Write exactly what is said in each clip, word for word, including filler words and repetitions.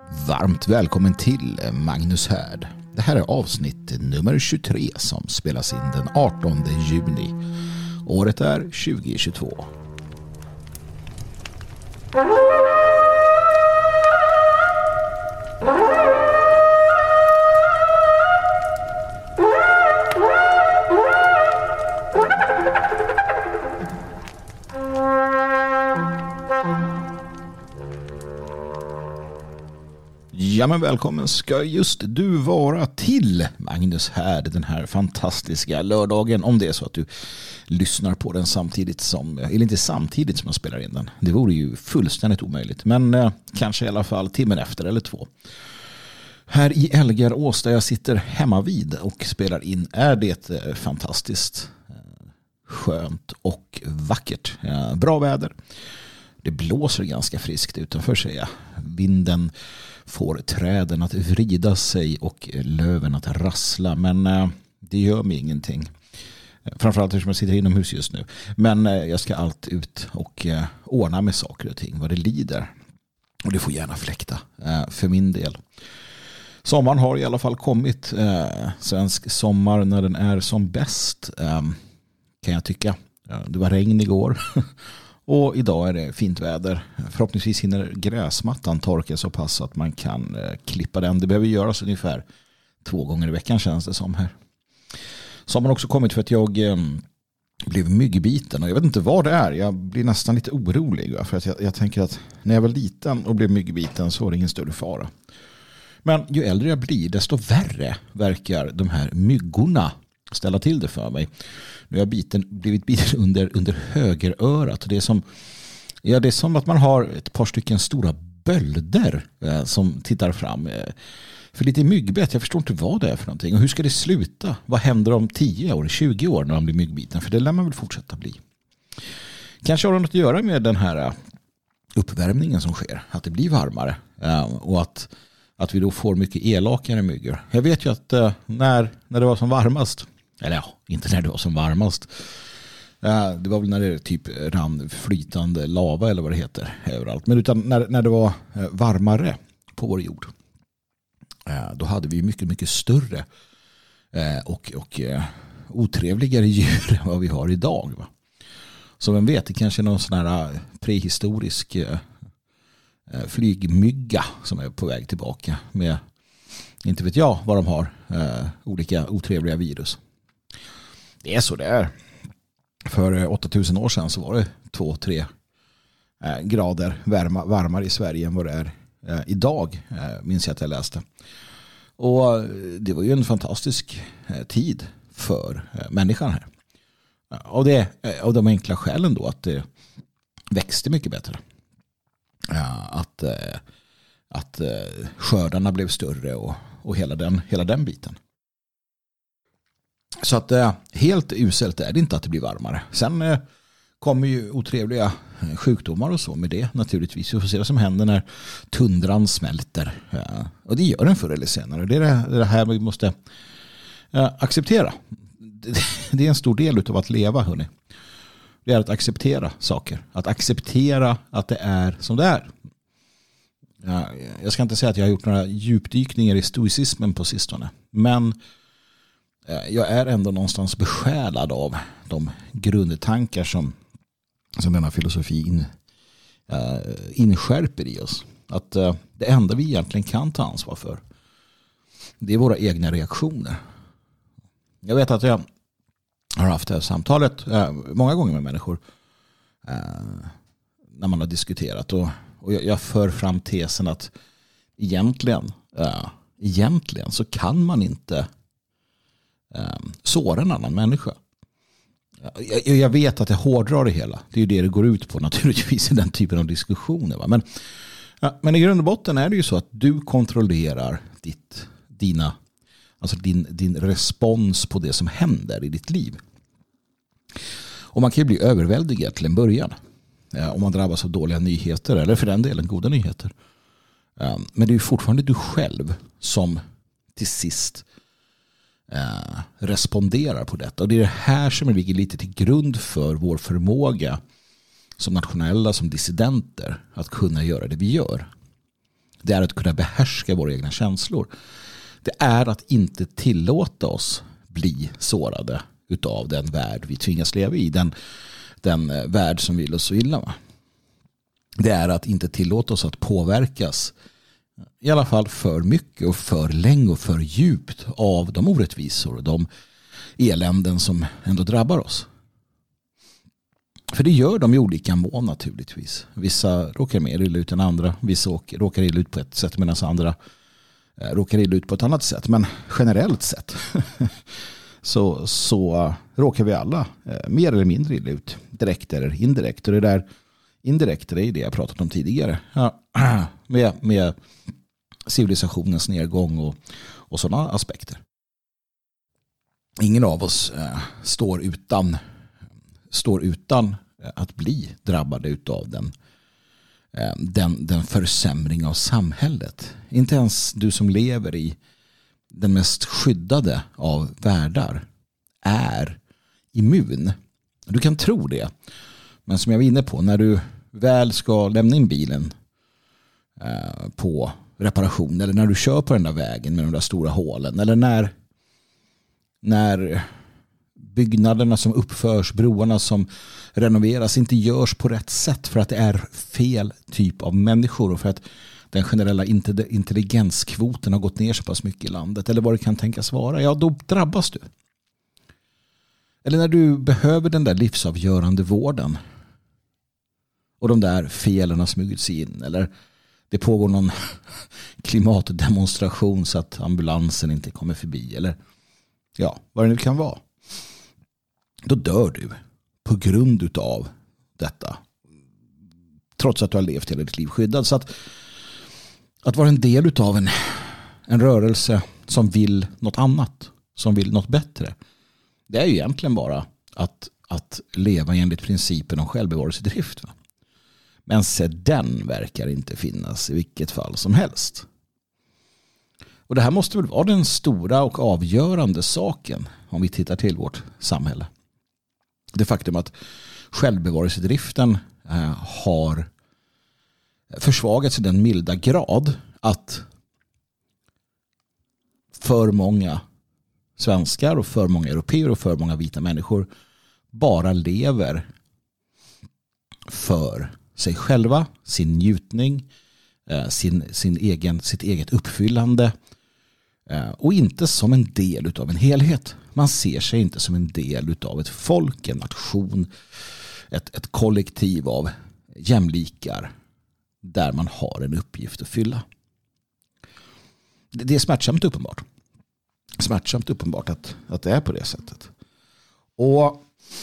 Varmt välkommen till Magnus Härd. Det här är avsnitt nummer tjugotre som spelas in den artonde juni. Året är tjugohundratjugotvå. Ja, men välkommen ska just du vara till Magnus Härd den här fantastiska lördagen, om det är så att du lyssnar på den samtidigt som, eller inte samtidigt som jag spelar in den. Det vore ju fullständigt omöjligt, men eh, kanske i alla fall timmen efter eller två. Här i Elgarås där jag sitter hemma vid och spelar in är det eh, fantastiskt eh, skönt och vackert. Eh, bra väder. Det blåser ganska friskt utanför, säger jag. Vinden får träden att vrida sig och löven att rassla. Men eh, det gör mig ingenting. Framförallt eftersom jag sitter inomhus just nu. Men eh, jag ska allt ut och eh, ordna med saker och ting vad det lider. Och det får gärna fläkta eh, för min del. Sommaren har i alla fall kommit. Eh, svensk sommar när den är som bäst. Eh, kan jag tycka. Ja, det var regn igår. Och idag är det fint väder. Förhoppningsvis hinner gräsmattan torka så pass att man kan eh, klippa den. Det behöver göras ungefär två gånger i veckan, känns det som här. Så har man också kommit för att jag eh, blev myggbiten. Och jag vet inte vad det är. Jag blir nästan lite orolig. Va? För att jag, jag tänker att när jag var liten och blev myggbiten så var det ingen större fara. Men ju äldre jag blir desto värre verkar de här myggorna ställa till det för mig. Nu har jag biten, blivit biten under, under högerörat. Det är, som, ja, det är som att man har ett par stycken stora bölder eh, som tittar fram. Eh, för lite myggbett, jag förstår inte vad det är för någonting. Och hur ska det sluta? Vad händer om tio år, tjugo år när man blir myggbiten? För det lär man väl fortsätta bli. Kanske har det något att göra med den här uppvärmningen som sker. Att det blir varmare. Eh, och att, att vi då får mycket elakare myggor. Jag vet ju att eh, när, när det var som varmast, eller ja, inte när det var som varmast. Det var väl när det typ rann flytande lava eller vad det heter överallt. Men utan när, när det var varmare på vår jord. Då hade vi mycket, mycket större och, och otrevligare djur än vad vi har idag. Va? Så vem vet, det kanske är någon sån här prehistorisk flygmygga som är på väg tillbaka med, inte vet jag vad de har, olika otrevliga virus. Det är så det är. För åttatusen år sedan så var det två tre eh, grader varma, varmare i Sverige än vad det är eh, idag, eh, minns jag att jag läste. Och det var ju en fantastisk eh, tid för eh, människan här. Och det, eh, av de enkla skälen då att det växte mycket bättre. Eh, att eh, att eh, skördarna blev större och, och hela, den, hela den biten. Så att eh, helt uselt är det inte att det blir varmare. Sen eh, kommer ju otrevliga sjukdomar och så med det naturligtvis. Vi får se vad som händer när tundran smälter. Ja, och det gör den förr eller senare. Det är det, det här vi måste eh, acceptera. Det, det är en stor del av att leva, hörni. Det är att acceptera saker. Att acceptera att det är som det är. Ja, jag ska inte säga att jag har gjort några djupdykningar i stoicismen på sistone. Men jag är ändå någonstans besjälad av de grundtankar som, som denna filosofi in, uh, inskärper i oss. Att uh, det enda vi egentligen kan ta ansvar för, det är våra egna reaktioner. Jag vet att jag har haft det här samtalet uh, många gånger med människor uh, när man har diskuterat. Och, och jag, jag för fram tesen att egentligen, uh, egentligen så kan man inte såra en annan människa. Jag, jag vet att jag hårdrar det hela. Det är ju det det går ut på naturligtvis i den typen av diskussioner. Va? Men, ja, men i grund och botten är det ju så att du kontrollerar ditt, dina, alltså din, din respons på det som händer i ditt liv. Och man kan ju bli överväldigad till en början. Om man drabbas av dåliga nyheter eller för den delen goda nyheter. Men det är ju fortfarande du själv som till sist Uh, responderar på detta. Och det är det här som ligger lite till grund för vår förmåga som nationella, som dissidenter att kunna göra det vi gör. Det är att kunna behärska våra egna känslor. Det är att inte tillåta oss bli sårade utav den värld vi tvingas leva i. Den, den värld som vill oss så illa. Va? Det är att inte tillåta oss att påverkas i alla fall för mycket och för länge och för djupt av de orättvisor och de eländen som ändå drabbar oss. För det gör de i olika mån naturligtvis. Vissa råkar mer illa ut än andra. Vissa råkar illa ut på ett sätt medan andra råkar illa ut på ett annat sätt. Men generellt sett så, så råkar vi alla mer eller mindre illa ut. Direkt eller indirekt. Och det där indirekt det är det jag pratat om tidigare. Ja, med, med civilisationens nedgång och, och sådana aspekter. Ingen av oss eh, står utan står utan att bli drabbade utav den, eh, den, den försämring av samhället. Inte ens du som lever i den mest skyddade av världar är immun. Du kan tro det. Men som jag var inne på, när du väl ska lämna in bilen eh, på reparation eller när du kör på den där vägen med de där stora hålen eller när när byggnaderna som uppförs, broarna som renoveras inte görs på rätt sätt för att det är fel typ av människor och för att den generella intelligenskvoten har gått ner så pass mycket i landet eller vad det kan tänkas vara, ja då drabbas du. Eller när du behöver den där livsavgörande vården och de där felen har smugit sig in eller det pågår någon klimatdemonstration så att ambulansen inte kommer förbi eller ja, vad det nu kan vara. Då dör du på grund utav detta. Trots att du har levt hela ditt liv skyddad. Så att, att vara en del utav en, en rörelse som vill något annat, som vill något bättre. Det är ju egentligen bara att, att leva enligt principen om självbevarelsedrift. Va? Men se, den verkar inte finnas i vilket fall som helst. Och det här måste väl vara den stora och avgörande saken om vi tittar till vårt samhälle. Det faktum att självbevarelsedriften eh, har försvagats i den milda grad att för många svenskar och för många europeer och för många vita människor bara lever för sig själva, sin njutning, eh, sin, sin egen, sitt eget uppfyllande och inte som en del av en helhet. Man ser sig inte som en del av ett folk, en nation, ett, ett kollektiv av jämlikar där man har en uppgift att fylla. Det är smärtsamt uppenbart. Smärtsamt uppenbart att, att det är på det sättet. Och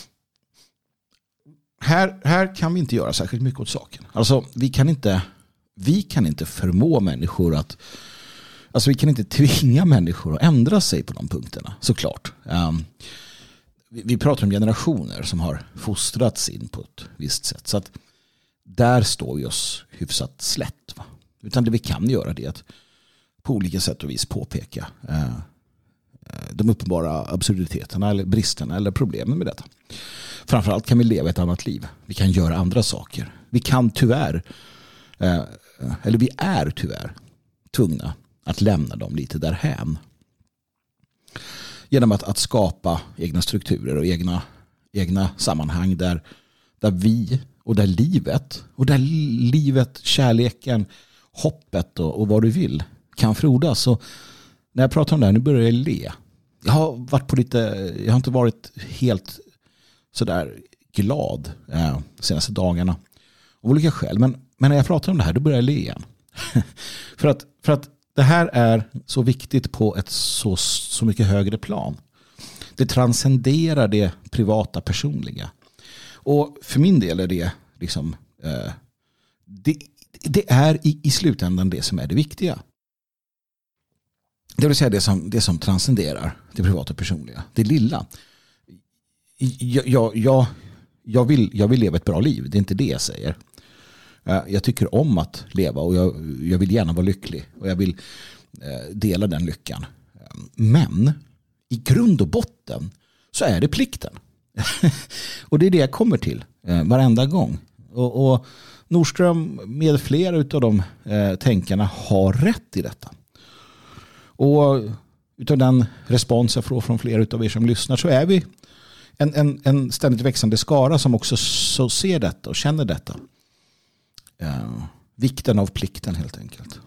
här, här kan vi inte göra särskilt mycket åt saken. Alltså vi kan inte, vi kan inte förmå människor att Alltså vi kan inte tvinga människor att ändra sig på de punkterna, såklart. Um, vi, vi pratar om generationer som har fostrats in på ett visst sätt. Så att där står vi oss hyfsat slätt. Va? Utan det vi kan göra det är att på olika sätt och vis påpeka uh, de uppenbara absurditeterna eller bristerna eller problemen med detta. Framförallt kan vi leva ett annat liv. Vi kan göra andra saker. Vi kan tyvärr, uh, eller vi är tyvärr tvungna att lämna dem lite därhän. Genom att, att skapa egna strukturer och egna, egna sammanhang där, där vi och där livet och där livet, kärleken, hoppet och, och vad du vill kan frodas. Så när jag pratar om det här, nu börjar jag le. Jag har varit på lite, jag har inte varit helt sådär glad eh, senaste dagarna av olika skäl. Men, men när jag pratar om det här, då börjar jag le igen. för att, för att det här är så viktigt på ett så, så mycket högre plan. Det transcenderar det privata, personliga. Och för min del är det liksom eh, det, det är i, i slutändan det som är det viktiga. Det vill säga det som, det som transcenderar det privata, personliga. Det lilla. Jag, jag, jag, jag, vill, jag vill leva ett bra liv. Det är inte det jag säger. Jag tycker om att leva och jag, jag vill gärna vara lycklig och jag vill eh, dela den lyckan. Men i grund och botten så är det plikten. Och det är det jag kommer till eh, varenda gång. Och, och Nordström med flera av de eh, tänkarna har rätt i detta. Och utav den respons jag får från flera av er som lyssnar så är vi en, en, en ständigt växande skara som också så ser detta och känner detta. Eh, vikten av plikten helt enkelt.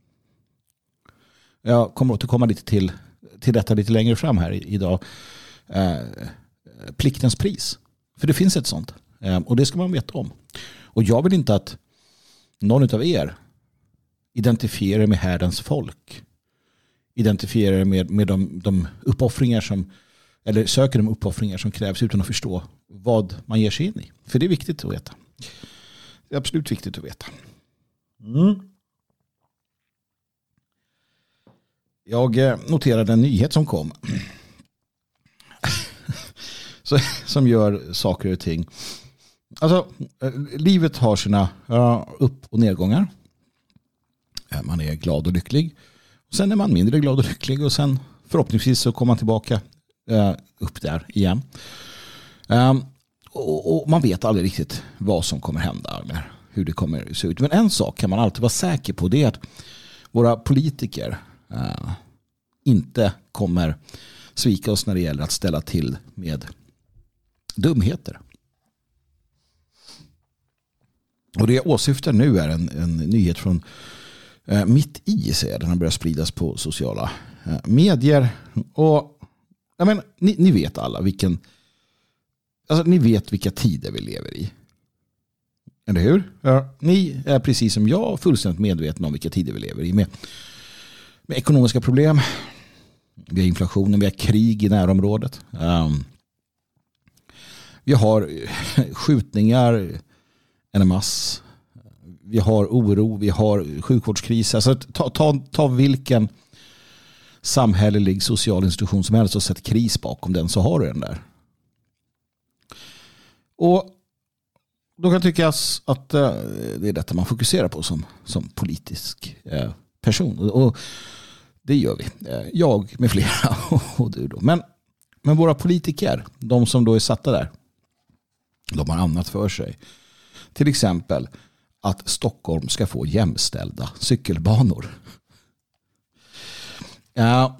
Jag kommer att återkomma lite till, till detta lite längre fram här idag. Eh, pliktens pris. För det finns ett sånt. Eh, och det ska man veta om. Och jag vill inte att någon av er identifierar med härdens folk. Identifierar med, med de, de uppoffringar som, eller söker de uppoffringar som krävs utan att förstå vad man ger sig in i. För det är viktigt att veta. Det är absolut viktigt att veta. Mm. Jag noterade en nyhet som kom. Så, som gör saker och ting. Alltså, livet har sina uh, upp- och nedgångar. Man är glad och lycklig. Sen är man mindre glad och lycklig. Och sen förhoppningsvis så kommer man tillbaka uh, upp där igen. Um, och, och man vet aldrig riktigt vad som kommer hända eller hur det kommer se ut. Men en sak kan man alltid vara säker på. Det är att våra politiker uh, inte kommer svika oss när det gäller att ställa till med dumheter. Och det jag åsyftar nu är en, en nyhet från eh, mitt i sig. Den har börjat spridas på sociala eh, medier. Och jag menar, ni, ni vet alla vilken alltså ni vet vilka tider vi lever i. Eller hur? Ja, ni är precis som jag fullständigt medvetna om vilka tider vi lever i. Med, med ekonomiska problem. Vi har inflationen, vi har krig i närområdet. Um, vi har skjutningar en mass. Vi har oro, vi har sjukvårdskris. Alltså ta, ta, ta vilken samhällelig social institution som helst och sätt kris bakom den, så har du den där. Och då kan tyckas att uh, det är detta man fokuserar på som, som politisk uh, person. Och det gör vi. Uh, jag med flera och du då. Men, men våra politiker, de som då är satta där, de har annat för sig. Till exempel att Stockholm ska få jämställda cykelbanor. Ja,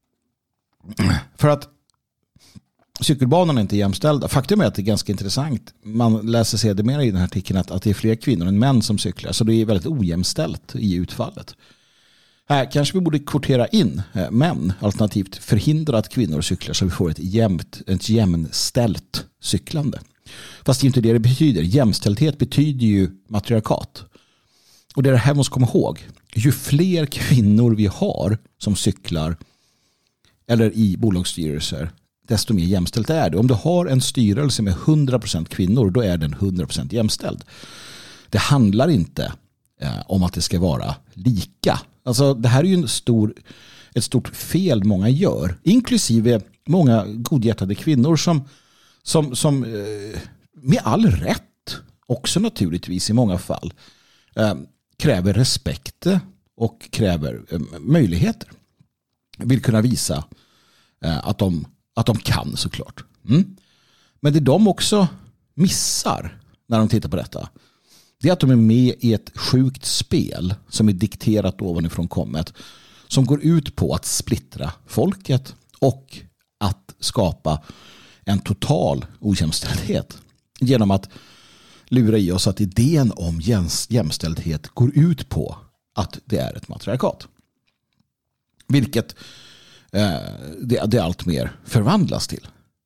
för att cykelbanorna är inte jämställda. Faktum är att det är ganska intressant. Man läser sedermera i den här artikeln att, att det är fler kvinnor än män som cyklar. Så det är väldigt ojämställt i utfallet. Här kanske vi borde kvotera in män, alternativt förhindra att kvinnor cyklar så vi får ett, jämnt, ett jämställt cyklande. Fast det är inte det det betyder. Jämställdhet betyder ju matriarkat. Och det är det här man måste komma ihåg. Ju fler kvinnor vi har som cyklar eller i bolagsstyrelser, desto mer jämställt är det. Om du har en styrelse med hundra procent kvinnor, då är den hundra procent jämställd. Det handlar inte eh, om att det ska vara lika. Alltså det här är ju en stor, ett stort fel många gör. Inklusive många godhjärtade kvinnor som Som, som med all rätt också naturligtvis i många fall kräver respekt och kräver möjligheter. Vill kunna visa att de, att de kan såklart. Mm. Men det de också missar när de tittar på detta, det är att de är med i ett sjukt spel som är dikterat ovanifrån kommet, som går ut på att splittra folket och att skapa en total ojämställdhet genom att lura i oss att idén om jämställdhet går ut på att det är ett matriarkat. Vilket eh, det, det allt mer förvandlas till.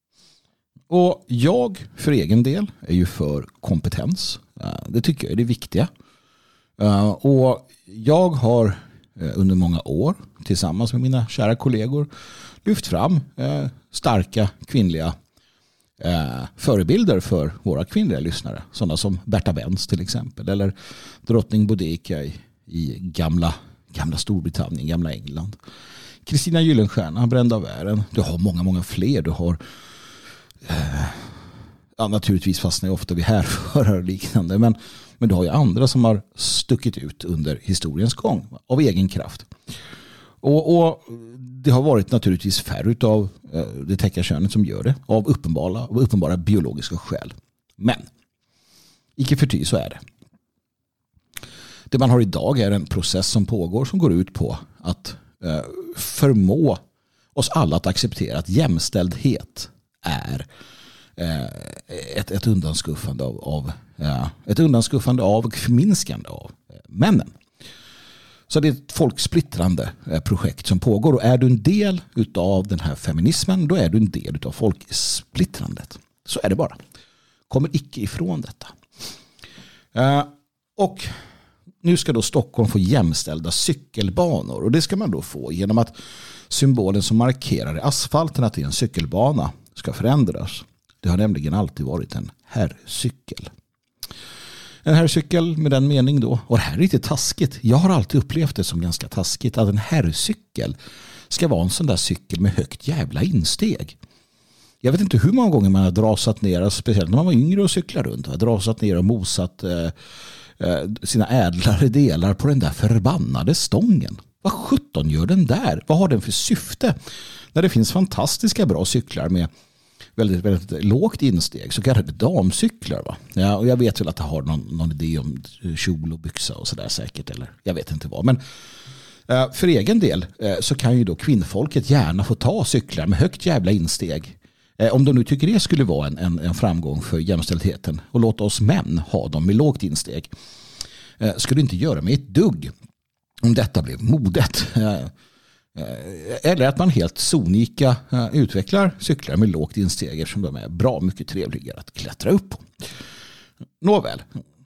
Och jag för egen del är ju för kompetens. Eh, det tycker jag är det viktiga. Eh, och jag har eh, under många år tillsammans med mina kära kollegor lyft fram eh, starka kvinnliga Eh, förebilder för våra kvinnliga lyssnare. Sådana som Berta Benz till exempel. Eller drottning Boudica i, i gamla, gamla Storbritannien, gamla England. Kristina Gyllenstierna, Brända av Ären. Du har många, många fler. Du har eh, ja, naturligtvis fastnar jag ofta vid härförare och liknande. Men, men du har ju andra som har stuckit ut under historiens gång av egen kraft. Och, och det har varit naturligtvis färre av det täckarkönet som gör det av uppenbara, av uppenbara biologiska skäl. Men icke förty så är det. Det man har idag är en process som pågår som går ut på att eh, förmå oss alla att acceptera att jämställdhet är eh, ett, ett undanskuffande av, av eh, ett undanskuffande av och förminskande av eh, männen. Så det är ett folksplittrande eh, projekt som pågår, och är du en del utav den här feminismen, då är du en del utav folksplittrandet. Så är det bara. Kommer icke ifrån detta. Eh, och nu ska då Stockholm få jämställda cykelbanor, och det ska man då få genom att symbolen som markerar i asfalten att det är en cykelbana ska förändras. Det har nämligen alltid varit en herrcykel. En herrcykel med den mening då, och det här är lite taskigt. Jag har alltid upplevt det som ganska taskigt att en herrcykel ska vara en sån där cykel med högt jävla insteg. Jag vet inte hur många gånger man har drasat ner, speciellt när man var yngre och cyklade runt, har drasat ner och mosat eh, sina ädlare delar på den där förbannade stången. Vad sjutton gör den där? Vad har den för syfte? När det finns fantastiska bra cyklar med väldigt, väldigt lågt insteg, så kallade damcyklar, va? Ja, och jag vet väl att det har någon, någon idé om kjol och byxa och sådär säkert, eller jag vet inte vad. Men eh, för egen del eh, så kan ju då kvinnfolket gärna få ta cyklar med högt jävla insteg. Eh, om de nu tycker det skulle vara en, en, en framgång för jämställdheten, och låta oss män ha dem med lågt insteg. Eh, skulle inte göra mig ett dugg om detta blev modet. Eh, Eller att man helt sonika utvecklar cyklar med lågt insteg, eftersom de är bra mycket trevligare att klättra upp på. Nåväl.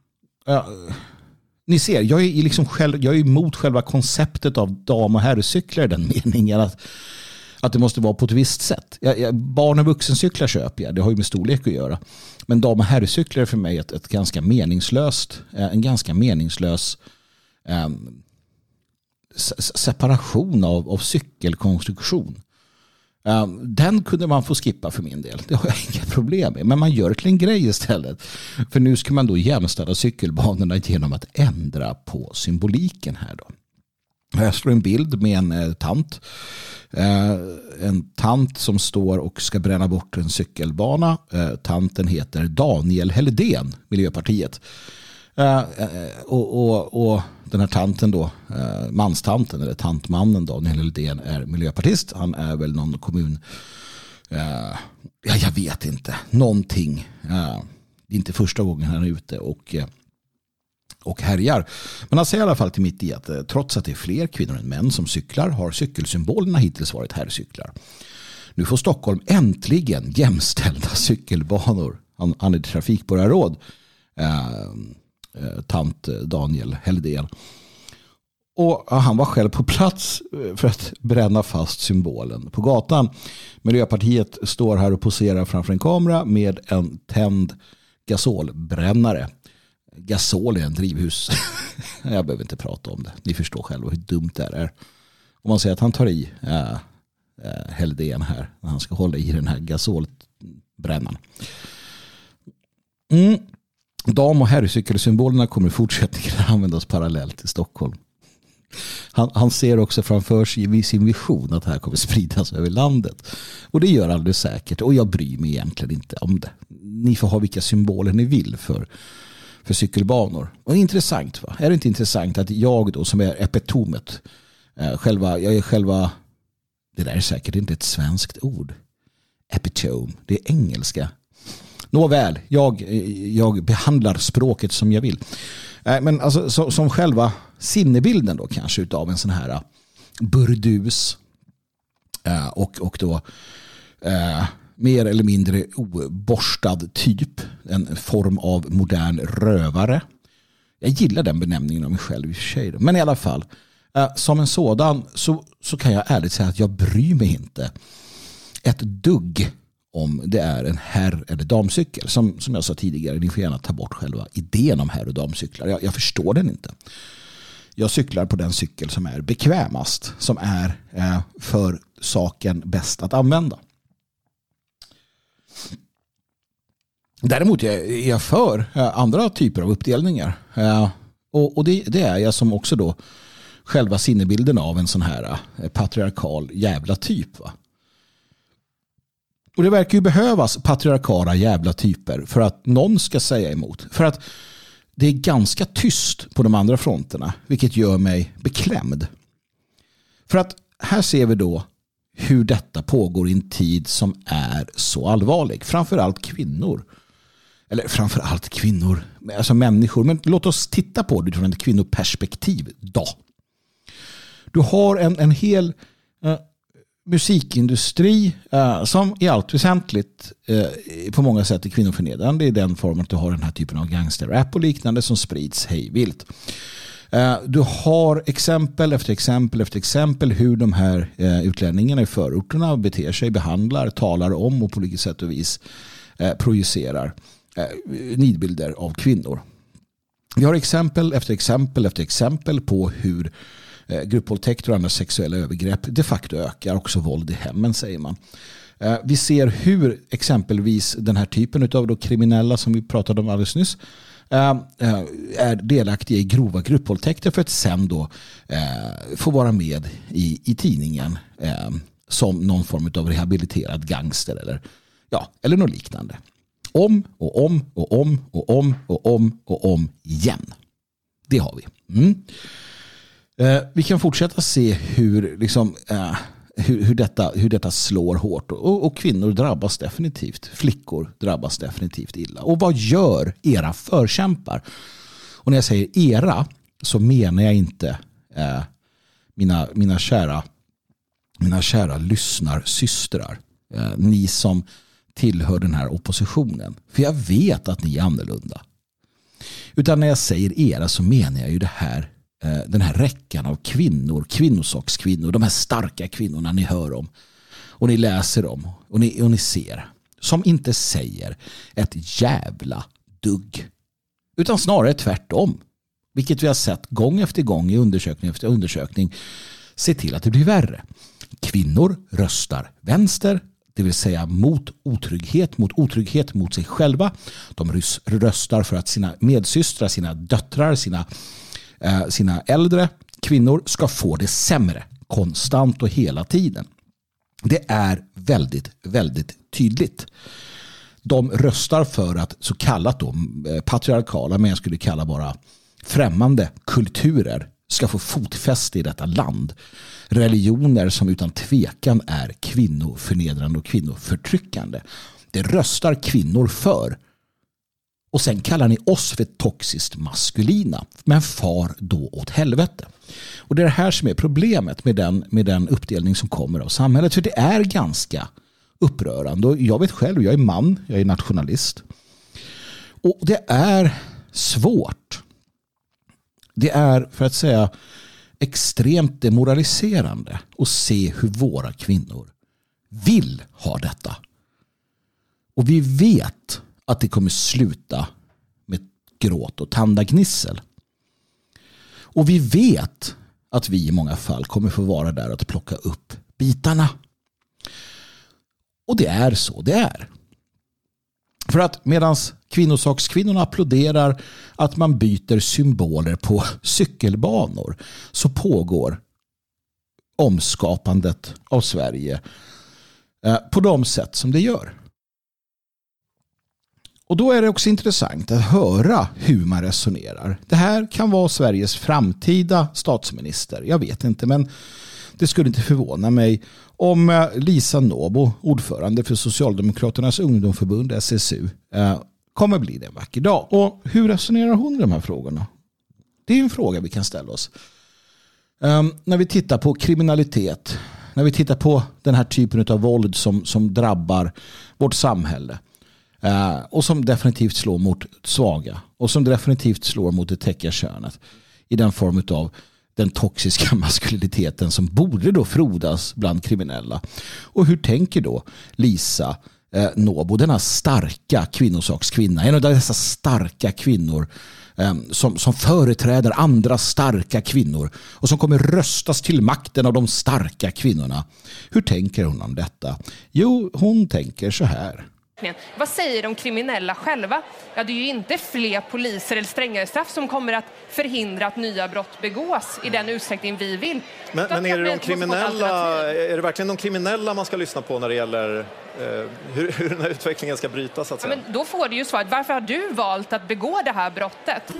Ni ser, jag är, liksom själv, jag är emot själva konceptet av dam- och herrcyklar i den meningen att, att det måste vara på ett visst sätt. Jag, jag, barn- och vuxencyklar köper jag, det har ju med storlek att göra. Men dam- och herrcyklar är för mig ett, ett ganska meningslöst, en ganska meningslös um, separation av, av cykelkonstruktion. Den kunde man få skippa för min del. Det har jag inga problem med. Men man gör till en grej istället. För nu ska man då jämställa cykelbanorna genom att ändra på symboliken här då. Här står en bild med en eh, tant. Eh, en tant som står och ska bränna bort en cykelbana. Eh, tanten heter Daniel Helldén, Miljöpartiet. Uh, och, och, och den här tanten då, uh, manstanten eller tantmannen Daniel Helldén är miljöpartist. Han är väl någon kommun, uh, ja jag vet inte, någonting. Uh, det är inte första gången han är ute och, uh, och härjar. Men han säger i alla fall till mitt i att uh, trots att det är fler kvinnor än män som cyklar har cykelsymbolerna hittills varit herrcyklar. Nu får Stockholm äntligen jämställda cykelbanor. Han, han är trafikborgarråd. Uh, tant Daniel Helldén. Och han var själv på plats för att bränna fast symbolen på gatan. Miljöpartiet står här och poserar framför en kamera med en tänd gasolbrännare. Gasol är en drivhus. Jag behöver inte prata om det. Ni förstår själva hur dumt det är. Om man säger att han tar i äh, äh, Helldén här när han ska hålla i den här gasolbrännaren. Mm. Dam- och herrcykelsymbolerna kommer i fortsättningen användas parallellt i Stockholm. Han, han ser också framför sig i sin vision att det här kommer spridas över landet. Och det gör alldeles säkert. Och jag bryr mig egentligen inte om det. Ni får ha vilka symboler ni vill för, för cykelbanor. Och intressant, va? Är det inte intressant att jag då som är epitomet, eh, själva, jag är själva, det där är säkert inte ett svenskt ord. Epitome, det är engelska. Nåväl, jag, jag behandlar språket som jag vill. Men alltså, så, som själva sinnebilden då kanske utav en sån här burdus och, och då eh, mer eller mindre oborstad typ, en form av modern rövare. Jag gillar den benämningen av mig själv i och för sig. Men i alla fall, eh, som en sådan så, så kan jag ärligt säga att jag bryr mig inte ett dugg om det är en herr- eller damcykel. Som, som jag sa tidigare, ni får gärna ta bort själva idén om herr- och damcyklar. Jag, jag förstår den inte. Jag cyklar på den cykel som är bekvämast. Som är eh, för saken bäst att använda. Däremot är jag för eh, andra typer av uppdelningar. Eh, och och det, det är jag som också då själva sinnebilden av en sån här eh, patriarkal jävla typ, va. Och det verkar ju behövas patriarkala jävla typer för att någon ska säga emot. För att det är ganska tyst på de andra fronterna, vilket gör mig beklämd. För att här ser vi då hur detta pågår i en tid som är så allvarlig. Framförallt kvinnor. Eller framförallt kvinnor, alltså människor. Men låt oss titta på det från ett kvinnoperspektiv då. Du har en, en hel eh, musikindustri eh, som i allt väsentligt eh, på många sätt är kvinnoförnedrande. I den formen att du har den här typen av gangsterrap och liknande som sprids hejvilt. Eh, du har exempel efter exempel efter exempel hur de här eh, utlänningarna i förorterna beter sig, behandlar, talar om och på olika sätt och vis eh, projicerar eh, nidbilder av kvinnor. Vi har exempel efter exempel efter exempel på hur eh, gruppvåldtäkter och andra sexuella övergrepp de facto ökar, också våld i hemmen säger man. Eh, vi ser hur exempelvis den här typen av då kriminella som vi pratade om alldeles nyss eh, är delaktiga i grova gruppvåldtäkter för att sen då eh, få vara med i, i tidningen eh, som någon form av rehabiliterad gangster eller, ja, eller något liknande. Om och om och om och om och om och om igen. Det har vi. Mm. Eh, vi kan fortsätta se hur, liksom, eh, hur, hur, detta, hur detta slår hårt. Och, och kvinnor drabbas definitivt. Flickor drabbas definitivt illa. Och vad gör era förkämpar? Och när jag säger era så menar jag inte eh, mina, mina, kära, mina kära lyssnarsystrar. Eh, ni som tillhör den här oppositionen. För jag vet att ni är annorlunda. Utan när jag säger era så menar jag ju det här, den här räckan av kvinnor, kvinnosakskvinnor, de här starka kvinnorna ni hör om och ni läser om och ni, och ni ser, som inte säger ett jävla dugg. Utan snarare tvärtom. Vilket vi har sett gång efter gång i undersökning efter undersökning. Se till att det blir värre. Kvinnor röstar vänster, det vill säga mot otrygghet, mot otrygghet mot sig själva. De röstar för att sina medsystrar, sina döttrar, sina, eh, sina äldre kvinnor ska få det sämre. Konstant och hela tiden. Det är väldigt, väldigt tydligt. De röstar för att så kallat då, patriarkala, men jag skulle kalla bara främmande kulturer ska få fotfäste i detta land. Religioner som utan tvekan är kvinnoförnedrande och kvinnoförtryckande. Det röstar kvinnor för. Och sen kallar ni oss för toxiskt maskulina. Men far då åt helvete. Och det är det här som är problemet med den, med den uppdelning som kommer av samhället. För det är ganska upprörande. Och jag vet själv, jag är man, jag är nationalist. Och det är svårt. Det är, för att säga, extremt demoraliserande att se hur våra kvinnor vill ha detta. Och vi vet att det kommer sluta med gråt och tandagnissel. Och vi vet att vi i många fall kommer få vara där att plocka upp bitarna. Och det är så det är. För att medan kvinnosakskvinnorna applåderar att man byter symboler på cykelbanor så pågår omskapandet av Sverige på de sätt som det gör. Och då är det också intressant att höra hur man resonerar. Det här kan vara Sveriges framtida statsminister. Jag vet inte, men det skulle inte förvåna mig om Lisa Nåbo, ordförande för Socialdemokraternas ungdomsförbund S S U, kommer bli det en vacker dag. Och hur resonerar hon i de här frågorna? Det är en fråga vi kan ställa oss. Um, när vi tittar på kriminalitet, när vi tittar på den här typen av våld som, som drabbar vårt samhälle uh, och som definitivt slår mot svaga och som definitivt slår mot det täcka könet i den form av den toxiska maskuliniteten som borde då frodas bland kriminella. Och hur tänker då Lisa eh, Nåbo, denna starka kvinnosakskvinna, en av dessa starka kvinnor eh, som, som företräder andra starka kvinnor och som kommer röstas till makten av de starka kvinnorna. Hur tänker hon om detta? Jo, hon tänker så här. Vad säger de kriminella själva? Ja, det är ju inte fler poliser eller strängare straff som kommer att förhindra att nya brott begås i den utsträckning vi vill. Men, men är, det de kriminella, är det verkligen de kriminella man ska lyssna på när det gäller eh, hur, hur den här utvecklingen ska brytas? Så att säga? Ja, men då får du ju svaret, varför har du valt att begå det här brottet?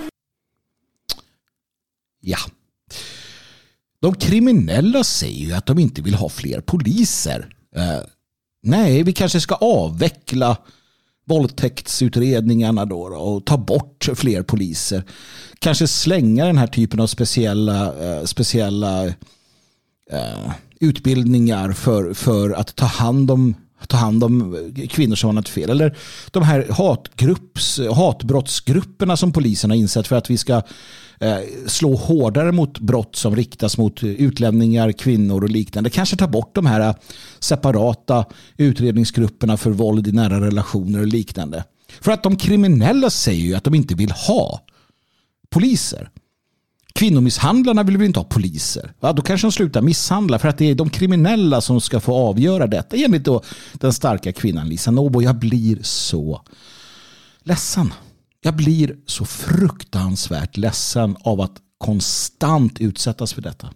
Ja. De kriminella säger ju att de inte vill ha fler poliser. Eh, nej, vi kanske ska avveckla våldtäktsutredningarna då, då och ta bort fler poliser. Kanske slänga den här typen av speciella, eh, speciella eh, utbildningar för, för att ta hand om ta hand om kvinnor som har något fel. Eller de här hatgrupps, hatbrottsgrupperna som polisen har insett för att vi ska eh, slå hårdare mot brott som riktas mot utlänningar, kvinnor och liknande. Kanske ta bort de här separata utredningsgrupperna för våld i nära relationer och liknande. För att de kriminella säger ju att de inte vill ha poliser. Kvinnomisshandlarna vill väl inte ha poliser. Ja, då kanske de slutar misshandla för att det är de kriminella som ska få avgöra detta. Enligt då den starka kvinnan Lisa Nobo. Jag blir så ledsen. Jag blir så fruktansvärt ledsen av att konstant utsättas för detta.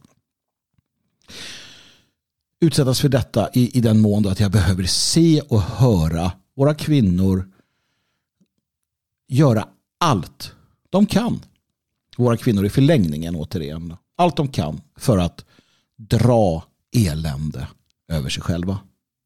Utsättas för detta i, i den mån då att jag behöver se och höra våra kvinnor göra allt de kan. Våra kvinnor i förlängningen återigen. Allt de kan för att dra elände över sig själva.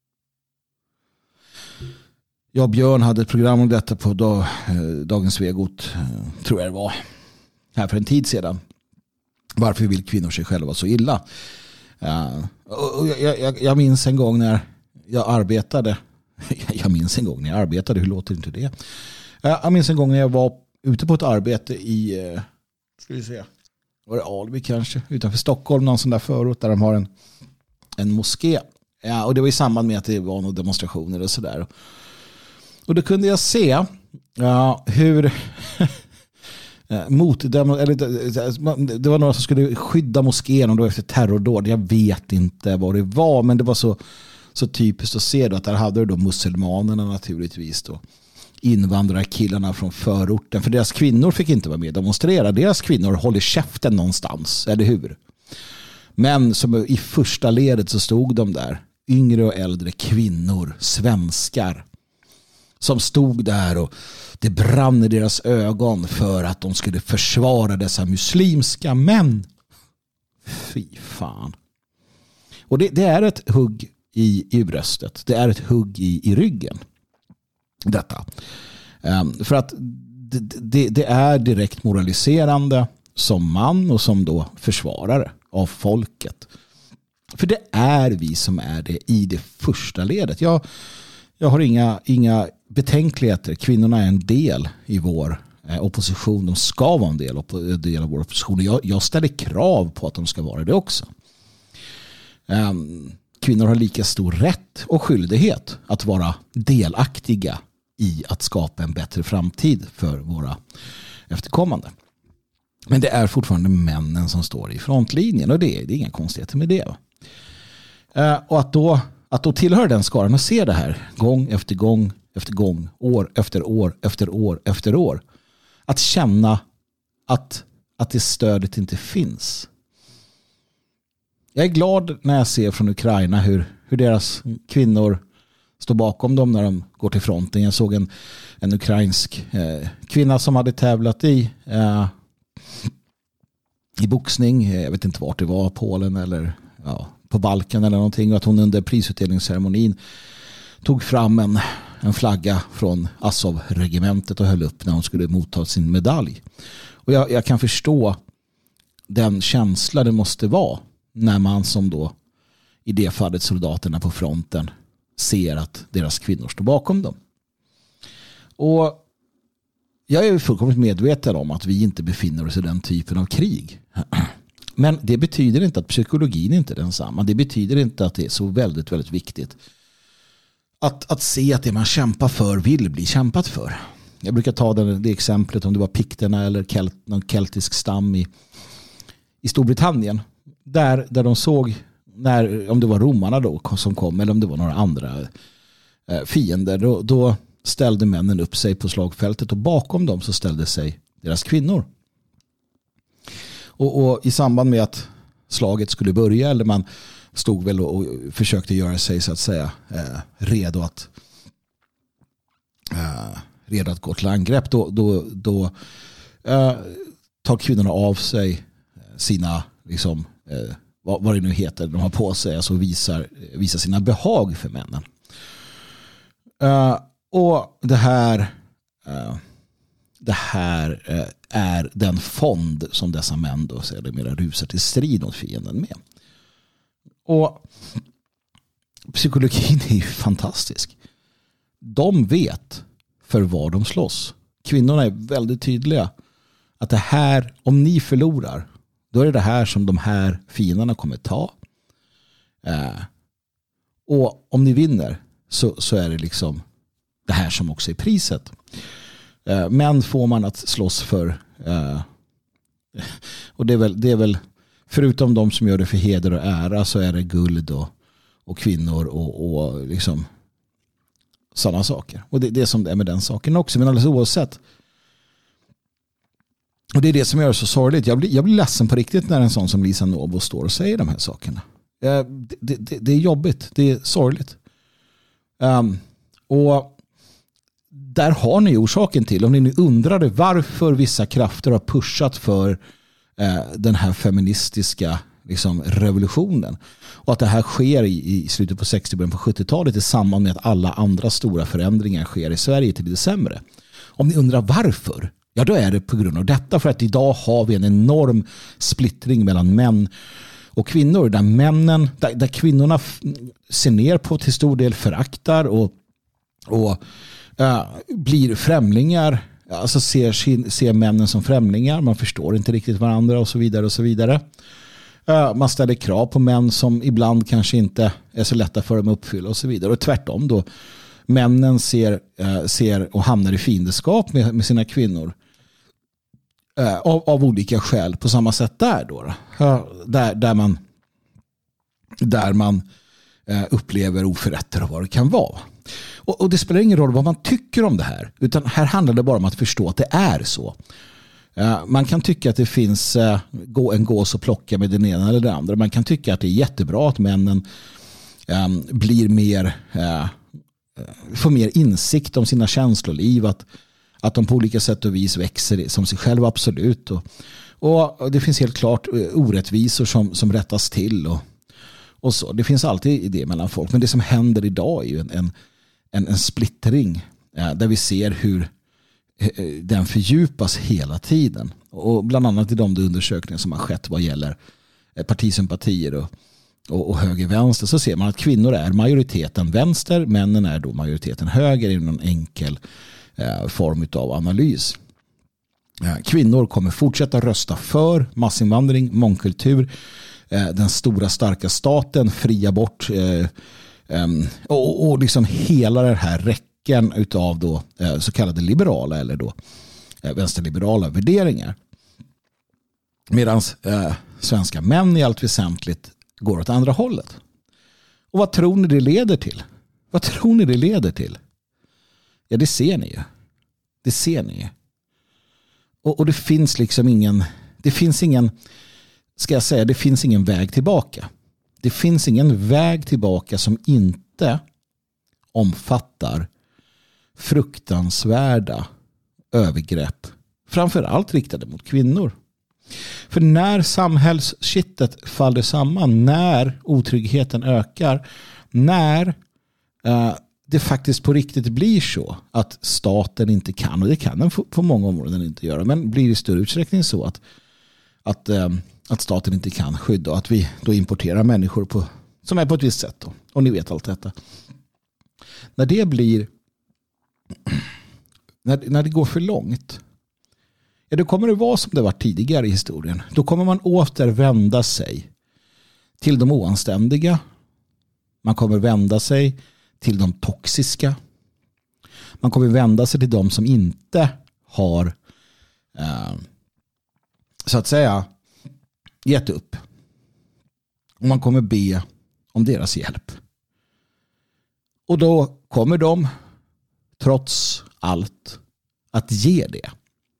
Jag och Björn hade ett program om detta på dag, Dagens Vegot, tror jag det var, här för en tid sedan. Varför vill kvinnor sig själva så illa? Uh, och jag, jag, jag minns en gång när jag arbetade jag minns en gång när jag arbetade, hur låter inte det? Uh, jag minns en gång när jag var ute på ett arbete i uh, ska vi se, var det Alby kanske, utanför Stockholm, någon sån där förort där de har en, en moské. Ja, och det var i samband med att det var några demonstrationer och sådär. Och då kunde jag se ja, hur mot eller, det var några som skulle skydda moskén och då efter terrordåd. Jag vet inte vad det var, men det var så, så typiskt att se då att där hade då muselmanerna naturligtvis då. Invandrarkillarna från förorten, för deras kvinnor fick inte vara med och demonstrera. Deras kvinnor håller käften någonstans, eller hur? Men som i första ledet så stod de där, yngre och äldre kvinnor, svenskar, som stod där och det brann i deras ögon för att de skulle försvara dessa muslimska män. Fy fan. Och det, det är ett hugg i, i bröstet. Det är ett hugg i, i ryggen. Detta. Um, för att det, det, det är direkt moraliserande som man och som då försvarare av folket. För det är vi som är det i det första ledet. Jag, jag har inga, inga betänkligheter. Kvinnorna är en del i vår eh, opposition. De ska vara en del, en del av vår opposition. Jag, jag ställer krav på att de ska vara det också. Um, kvinnor har lika stor rätt och skyldighet att vara delaktiga i att skapa en bättre framtid för våra efterkommande. Men det är fortfarande männen som står i frontlinjen och det är, det är inga konstigheter med det. Uh, och att då, att då tillhöra den skaran och se det här gång efter gång efter gång, år efter år efter år efter år. Att känna att, att det stödet inte finns. Jag är glad när jag ser från Ukraina hur, hur deras kvinnor står bakom dem när de går till fronten. Jag såg en, en ukrainsk eh, kvinna som hade tävlat i eh, i boxning. Jag vet inte vart det var, Polen eller ja, på Balkan eller någonting. Och att hon under prisutdelningsceremonin tog fram en, en flagga från Azov-regementet och höll upp när hon skulle motta sin medalj. Och jag, jag kan förstå den känsla det måste vara när man som då i det fallet soldaterna på fronten ser att deras kvinnor står bakom dem. Och jag är fullkomligt medveten om att vi inte befinner oss i den typen av krig. Men det betyder inte att psykologin inte är densamma. Det betyder inte att det är så väldigt, väldigt viktigt att, att se att det man kämpar för vill bli kämpat för. Jag brukar ta det, det exemplet om det var pikterna eller kelt, någon keltisk stam i, i Storbritannien. Där, där de såg när, om det var romarna då som kom eller om det var några andra eh, fiender. Då, då, ställde männen upp sig på slagfältet och bakom dem så ställde sig deras kvinnor. Och, och i samband med att slaget skulle börja, eller man stod väl och, och försökte göra sig så att säga eh, redo att eh, redo att gå till angrepp, då, då, då eh, tar kvinnorna av sig sina liksom, eh, vad, vad det nu heter de har på sig, alltså visar, visar sina behag för männen. Uh, och det här uh, det här uh, är den fond som dessa män då sedermera rusar till strid mot fienden med. Och psykologin är ju fantastisk. De vet för vad de slåss. Kvinnorna är väldigt tydliga att det här, om ni förlorar, då är det det här som de här fienderna kommer ta. Uh, och om ni vinner så, så är det liksom det här som också är priset. Uh, men får man att slåss för uh, och det är, väl, det är väl förutom de som gör det för heder och ära, så är det guld och, och kvinnor och, och liksom sådana saker. Och det, det är som det är med den saken också, men alldeles oavsett. Och det är det som gör det så sorgligt. Jag blir, jag blir ledsen på riktigt när en sån som Lisa Nobo står och säger de här sakerna. Uh, det, det, det är jobbigt, det är sorgligt. Um, och där har ni orsaken till. Om ni nu undrade varför vissa krafter har pushat för eh, den här feministiska liksom, revolutionen. Och att det här sker i, i slutet på sextio- början på sjuttiotalet i samband med att alla andra stora förändringar sker i Sverige till det sämre. Om ni undrar varför, ja då är det på grund av detta. För att idag har vi en enorm splittring mellan män och kvinnor. Där männen, där, där kvinnorna f- ser ner på till stor del, föraktar och, och Uh, blir främlingar, alltså ser, ser männen som främlingar, man förstår inte riktigt varandra och så vidare och så vidare. Uh, man ställer krav på män som ibland kanske inte är så lätta för dem att uppfylla och så vidare. Och tvärtom då, männen ser, uh, ser och hamnar i fiendeskap med, med sina kvinnor uh, av, av olika skäl på samma sätt där då. Uh, där, där man där man uh, upplever oförrätter och vad det kan vara. Och, och det spelar ingen roll vad man tycker om det här, utan här handlar det bara om att förstå att det är så. Uh, man kan tycka att det finns uh, gå, en gås och plocka med den ena eller den andra. Man kan tycka att det är jättebra att männen um, blir mer uh, får mer insikt om sina känsloliv, att, att de på olika sätt och vis växer som sig själva, absolut. Och, och det finns helt klart orättvisor som, som rättas till och, och så. Det finns alltid det mellan folk, men det som händer idag är ju en, en En, en splittring ja, där vi ser hur eh, den fördjupas hela tiden. Och bland annat i de undersökningar som har skett vad gäller eh, partisympatier och, och, och höger-vänster, så ser man att kvinnor är majoriteten vänster, männen är då majoriteten höger i en enkel eh, form av analys. Eh, kvinnor kommer fortsätta rösta för massinvandring, mångkultur, eh, den stora starka staten, fria bort eh, Um, och, och liksom hela den här räcken utav då, eh, så kallade liberala eller då eh, vänsterliberala värderingar. Medan eh, svenska män i allt väsentligt går åt andra hållet. Och vad tror ni det leder till? Vad tror ni det leder till? Ja, det ser ni ju. Det ser ni ju. Och, och det finns liksom ingen, det finns ingen, ska jag säga, det finns ingen väg tillbaka. Det finns ingen väg tillbaka som inte omfattar fruktansvärda övergrepp, framförallt riktade mot kvinnor. För när samhällskittet faller samman, när otryggheten ökar, när uh, det faktiskt på riktigt blir så att staten inte kan, och det kan den på många områden inte göra, men blir i större utsträckning så att att uh, att staten inte kan skydda och att vi då importerar människor på, som är på ett visst sätt då. Och ni vet allt detta. När det blir när, när det går för långt, ja, då kommer det vara som det var tidigare i historien. Då kommer man återvända sig till de oanständiga. Man kommer vända sig till de toxiska. Man kommer vända sig till de som inte har eh, så att säga gett upp. Och man kommer be om deras hjälp. Och då kommer de trots allt att ge det.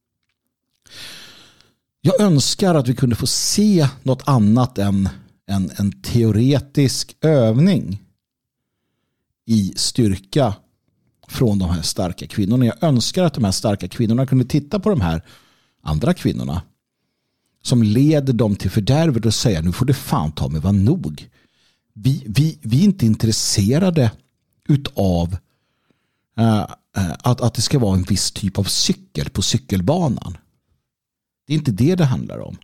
Jag önskar att vi kunde få se något annat än en, en teoretisk övning i styrka från de här starka kvinnorna. Jag önskar att de här starka kvinnorna kunde titta på de här andra kvinnorna som leder dem till fördärvet och säga, nu får det fan ta mig vara nog. Vi, vi, vi är inte intresserade utav uh, uh, att, att det ska vara en viss typ av cykel på cykelbanan. Det är inte det det handlar om.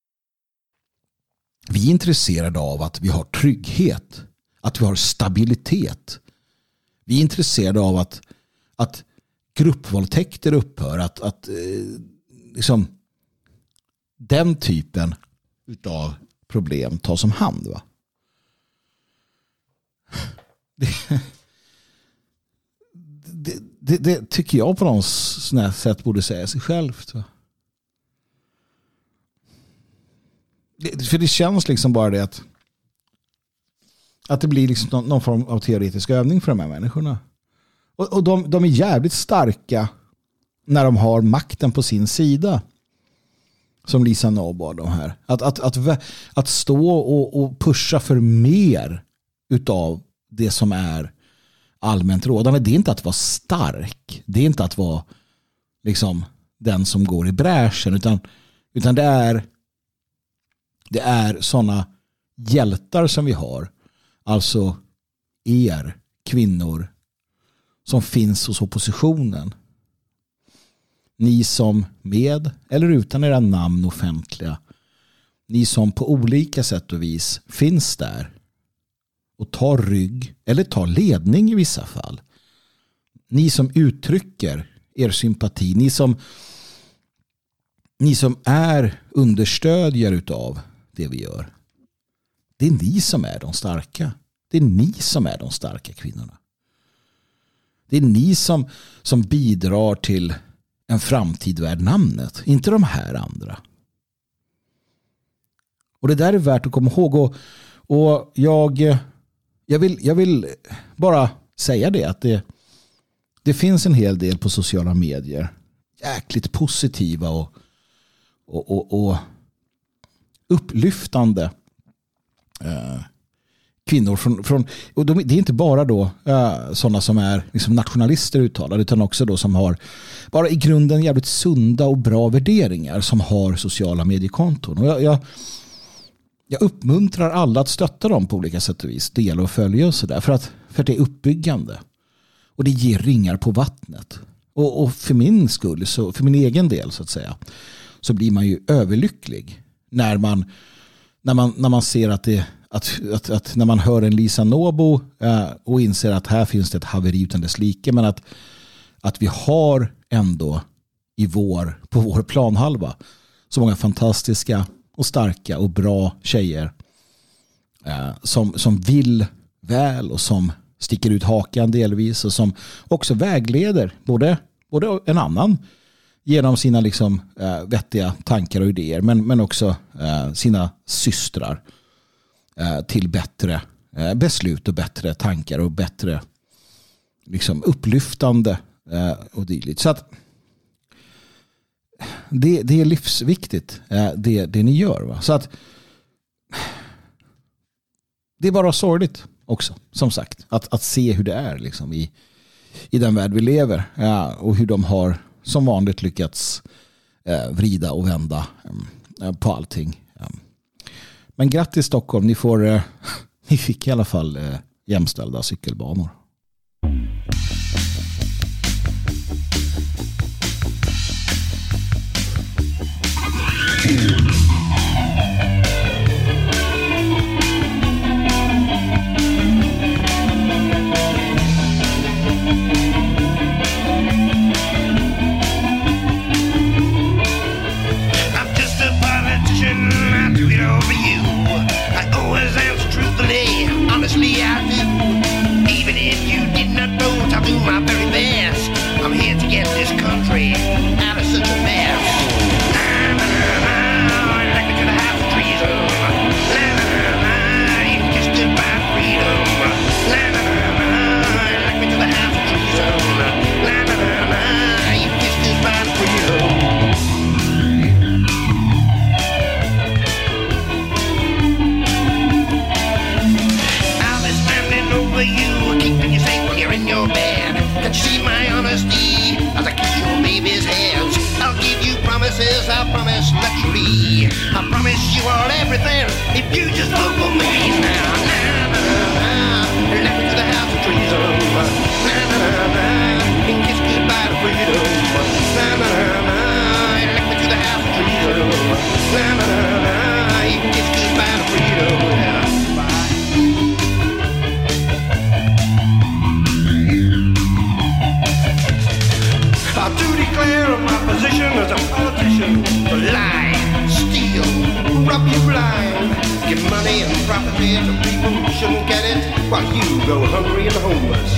Vi är intresserade av att vi har trygghet, att vi har stabilitet. Vi är intresserade av att, att gruppvåldtäkter upphör, att, att eh, liksom den typen av problem tas om hand. Va? Det, det, det, det tycker jag på något sådant sätt borde säga sig självt. Va? Det, för det känns liksom bara det att att det blir liksom någon, någon form av teoretisk övning för de här människorna. Och, och de, de är jävligt starka när de har makten på sin sida. Som Lisa Nobo och de här. Att, att, att, att stå och, och pusha för mer utav det som är allmänt rådande. Det är inte att vara stark. Det är inte att vara liksom den som går i bräschen. Utan, utan det är det är sådana hjältar som vi har. Alltså er kvinnor som finns hos oppositionen. Ni som med eller utan era namn offentliga. Ni som på olika sätt och vis finns där och tar rygg eller tar ledning i vissa fall. Ni som uttrycker er sympati. Ni som, ni som är understödjare utav det vi gör. Det är ni som är de starka. Det är ni som är de starka kvinnorna. Det är ni som, som bidrar till en framtid värd namnet. Inte de här andra. Och det där är värt att komma ihåg. Och, och jag, jag, vill, jag vill bara säga det. Att det, det finns en hel del på sociala medier. Jäkligt positiva och, och, och, och upplyftande Uh, kvinnor från, från och de, det är inte bara då uh, sådana som är liksom nationalister uttalade, utan också då som har bara i grunden jävligt sunda och bra värderingar, som har sociala mediekonton. Och jag, jag, jag uppmuntrar alla att stötta dem på olika sätt och vis, dela och följa och sådär, för att, för att det är uppbyggande och det ger ringar på vattnet. Och, och för min skull, så, för min egen del så att säga, så blir man ju överlycklig när man När man, när man ser att det att, att, att när man hör en Lisa Nobo eh, och inser att här finns det ett haveri utan dess like, men att, att vi har ändå i vår, på vår planhalva så många fantastiska och starka och bra tjejer eh, som, som vill väl och som sticker ut hakan delvis och som också vägleder både, både en annan genom sina liksom, äh, vettiga tankar och idéer, men, men också äh, sina systrar äh, till bättre äh, beslut och bättre tankar och bättre liksom, upplyftande äh, och dylikt. Så att det, det är livsviktigt äh, det, det ni gör. Va? Så att det är bara sorgligt också, som sagt, att, att se hur det är liksom, i, i den värld vi lever ja, och hur de har som vanligt lyckats eh, vrida och vända eh, på allting. Eh. Men grattis Stockholm, ni får eh, ni fick i alla fall eh, jämställda cykelbanor. Honestly, I do. Even if you did not vote, I'll do my very best. I'm here to get this country out of such a mess. Na, na, na, promise you all everything if you just vote for me. Now, now, now, now, let me to the house of treason. Now, now, now, and kiss goodbye to freedom. Now, now, now, let me to the house of treason. Now, now, now, you can kiss goodbye to freedom. I do declare my position as a politician to lie, steal, rob you blind, give money and property to people who shouldn't get it, while you go hungry and homeless.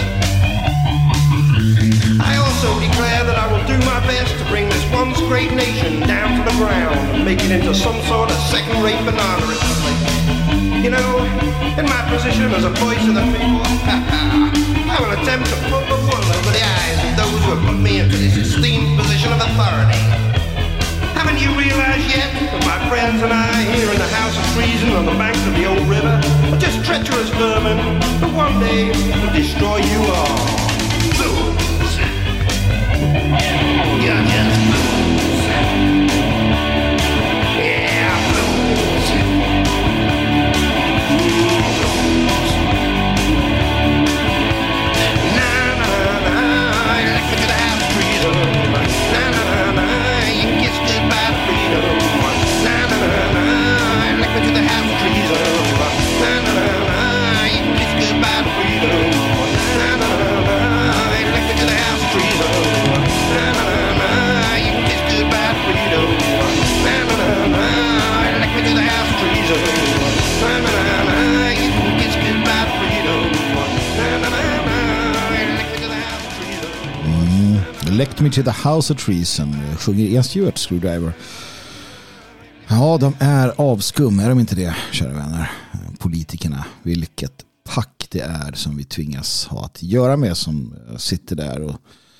I also declare that I will do my best to bring this once great nation down to the ground and make it into some sort of second-rate banana republic. You know, in my position as a voice of the people, I will attempt to pull the wool over the eyes of those who have put me into this esteemed position of authority. Haven't you realized yet that my friends and I here in the House of Treason on the banks of the old river are just treacherous vermin who one day will destroy you all? Fools! You're just fools! Yeah, fools! Elect Me to the House of Treason, sjunger Ian Stewart, Screwdriver. Ja, de är avskum, är de inte det, kära vänner? Politikerna, vilket pack det är som vi tvingas ha att göra med, som sitter där och,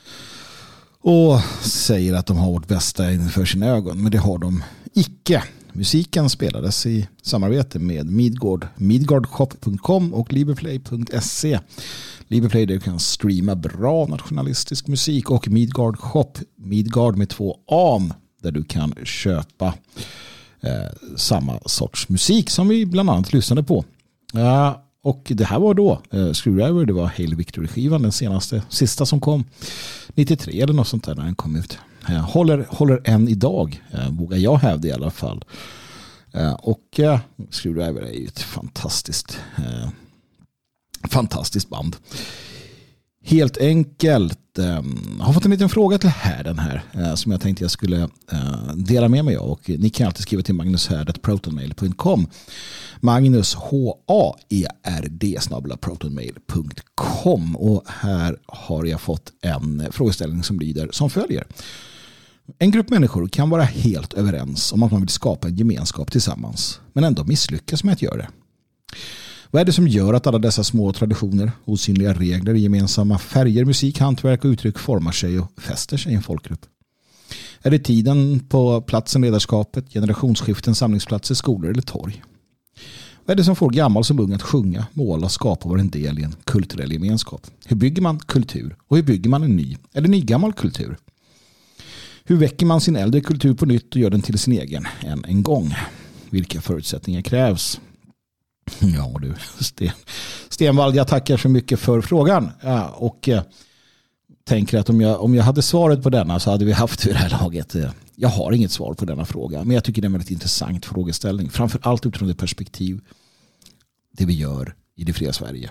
och säger att de har vårt bästa inför sina ögon, men det har de icke. Musiken spelades i samarbete med Midgård, midgard shop punkt com och liberplay punkt se. Liberplay, där du kan streama bra nationalistisk musik, och Midgard Shop, Midgard med två A, där du kan köpa eh, samma sorts musik som vi bland annat lyssnade på. Uh, och det här var då eh, Screwdriver, det var Hail Victory-skivan, den senaste, sista som kom nittiotre eller något sånt där när den kom ut. Uh, håller, håller än idag, uh, vågar jag hävda i alla fall. Uh, och uh, Screwdriver är ju ett fantastiskt uh, fantastiskt band. Helt enkelt eh, har fått en liten fråga till Härden här eh, som jag tänkte jag skulle eh, dela med mig av, och ni kan alltid skriva till Magnus Härd på protonmail punkt com. Magnus H A E R D snabel-a protonmail punkt com, och här har jag fått en frågeställning som lyder som följer. En grupp människor kan vara helt överens om att man vill skapa en gemenskap tillsammans, men ändå misslyckas med att göra det. Vad är det som gör att alla dessa små traditioner, osynliga regler, gemensamma färger, musik, hantverk och uttryck formar sig och fäster sig i en folkgrupp? Är det tiden på platsen, ledarskapet, generationsskiften, samlingsplatser, skolor eller torg? Vad är det som får gammal som ung att sjunga, måla, skapa och vara en del i en kulturell gemenskap? Hur bygger man kultur? Och hur bygger man en ny eller nygammal kultur? Hur väcker man sin äldre kultur på nytt och gör den till sin egen än en gång? Vilka förutsättningar krävs? Ja du, Sten, Stenvald, jag tackar så mycket för frågan. Ja, och eh, tänker att om jag, om jag hade svaret på denna så hade vi haft vid det här laget. Eh, jag har inget svar på denna fråga, men jag tycker det är en väldigt intressant frågeställning. Framför allt utifrån det perspektiv det vi gör i det fria Sverige.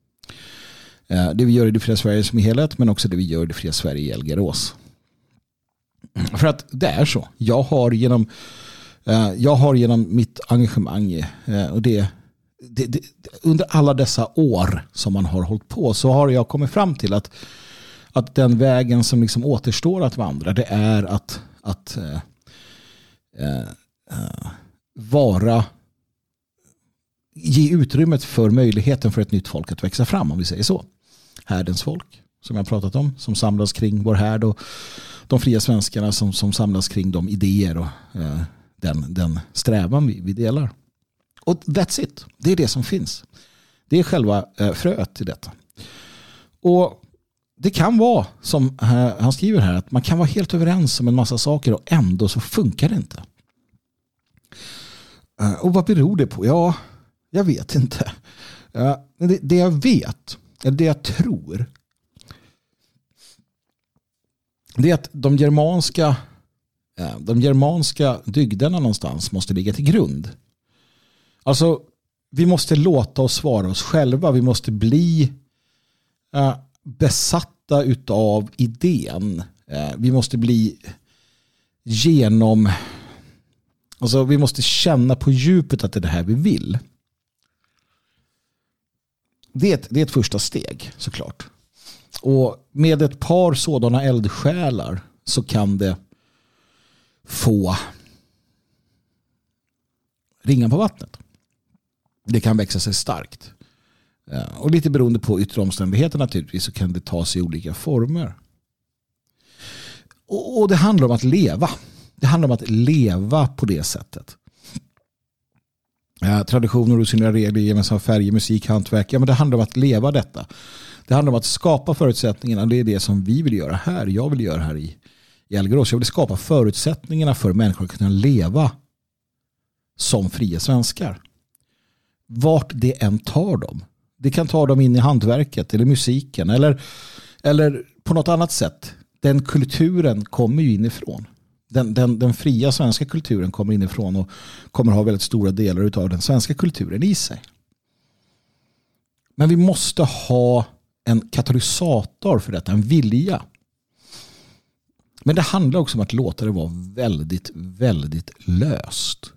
Eh, det vi gör i det fria Sverige som helhet, men också det vi gör i det fria Sverige i Elgerås. För att det är så. Jag har genom, eh, jag har genom mitt engagemang eh, och det Det, det, under alla dessa år som man har hållit på, så har jag kommit fram till att, att den vägen som liksom återstår att vandra, det är att, att äh, äh, vara ge utrymmet för möjligheten för ett nytt folk att växa fram, om vi säger så. Härdens folk, som jag pratat om, som samlas kring vår härd, och de fria svenskarna som, som samlas kring de idéer och äh, den, den strävan vi, vi delar. Och that's it. Det är det som finns. Det är själva eh, fröet till detta. Och det kan vara, som eh, han skriver här, att man kan vara helt överens om en massa saker och ändå så funkar det inte. Och vad beror det på? Ja, jag vet inte. Det, det jag vet, eller det jag tror, det är att de germanska de germanska dygderna någonstans måste ligga till grund. Alltså, vi måste låta oss vara oss själva. Vi måste bli uh, besatta utav idén. Uh, vi måste bli genom... Alltså, vi måste känna på djupet att det är det här vi vill. Det är ett, det är ett första steg, såklart. Och med ett par sådana eldsjälar så kan det få ringa på vattnet. Det kan växa sig starkt. Och lite beroende på yttre omständigheter naturligtvis så kan det ta sig i olika former. Och det handlar om att leva. Det handlar om att leva på det sättet. Ja, traditioner och sina regler, gemensamma färger, musik, hantverk. Ja, men det handlar om att leva detta. Det handlar om att skapa förutsättningarna. Det är det som vi vill göra här. Jag vill göra här i, i Elgerås. Jag vill skapa förutsättningarna för människor att kunna leva som fria svenskar. Vart det än tar dem. Det kan ta dem in i hantverket eller musiken eller, eller på något annat sätt. Den kulturen kommer ju inifrån. Den, den, den fria svenska kulturen kommer inifrån och kommer ha väldigt stora delar av den svenska kulturen i sig. Men vi måste ha en katalysator för detta, en vilja. Men det handlar också om att låta det vara väldigt, väldigt löst.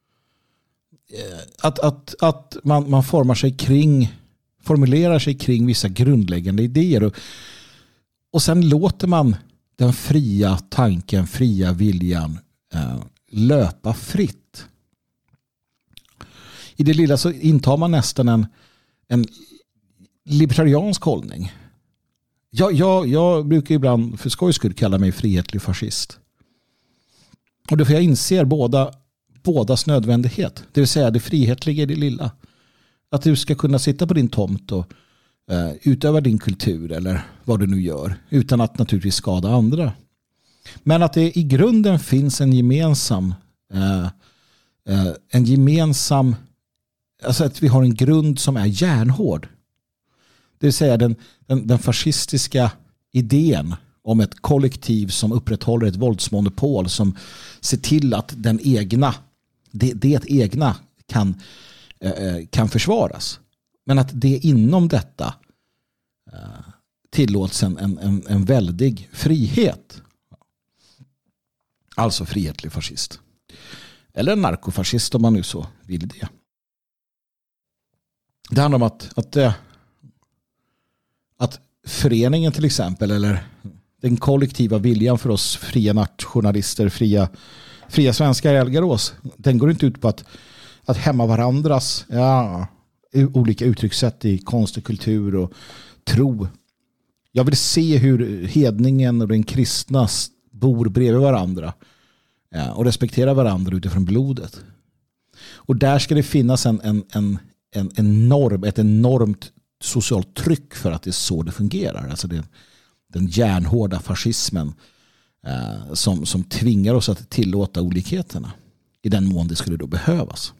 Att, att, att man, man formar sig kring, formulerar sig kring vissa grundläggande idéer och, och sen låter man den fria tanken, fria viljan eh, löpa fritt. I det lilla så intar man nästan en, en libertariansk hållning. Jag, jag, jag brukar ibland för skojs skull kalla mig frihetlig fascist. Och då får jag inser båda, bådas nödvändighet. Det vill säga det frihetliga i det lilla. Att du ska kunna sitta på din tomt och uh, utöva din kultur eller vad du nu gör. Utan att naturligtvis skada andra. Men att det i grunden finns en gemensam uh, uh, en gemensam alltså att vi har en grund som är järnhård. Det vill säga den, den, den fascistiska idén om ett kollektiv som upprätthåller ett våldsmonopol som ser till att den egna, det, det egna kan, eh, kan försvaras. Men att det inom detta eh, tillåts en, en, en väldig frihet. Alltså frihetlig fascist. Eller en narkofascist om man nu så vill det. Det handlar om att, att eh, att föreningen till exempel eller den kollektiva viljan för oss fria nationalister, fria, fria svenskar i Elgerås, den går inte ut på att, att hämma varandras ja, olika uttryckssätt i konst och kultur och tro. Jag vill se hur hedningen och den kristna bor bredvid varandra ja, och respekterar varandra utifrån blodet. Och där ska det finnas en, en, en, en enorm, ett enormt socialt tryck för att det är så det fungerar. Alltså det, den järnhårda fascismen eh, som, som tvingar oss att tillåta olikheterna i den mån det skulle då behövas.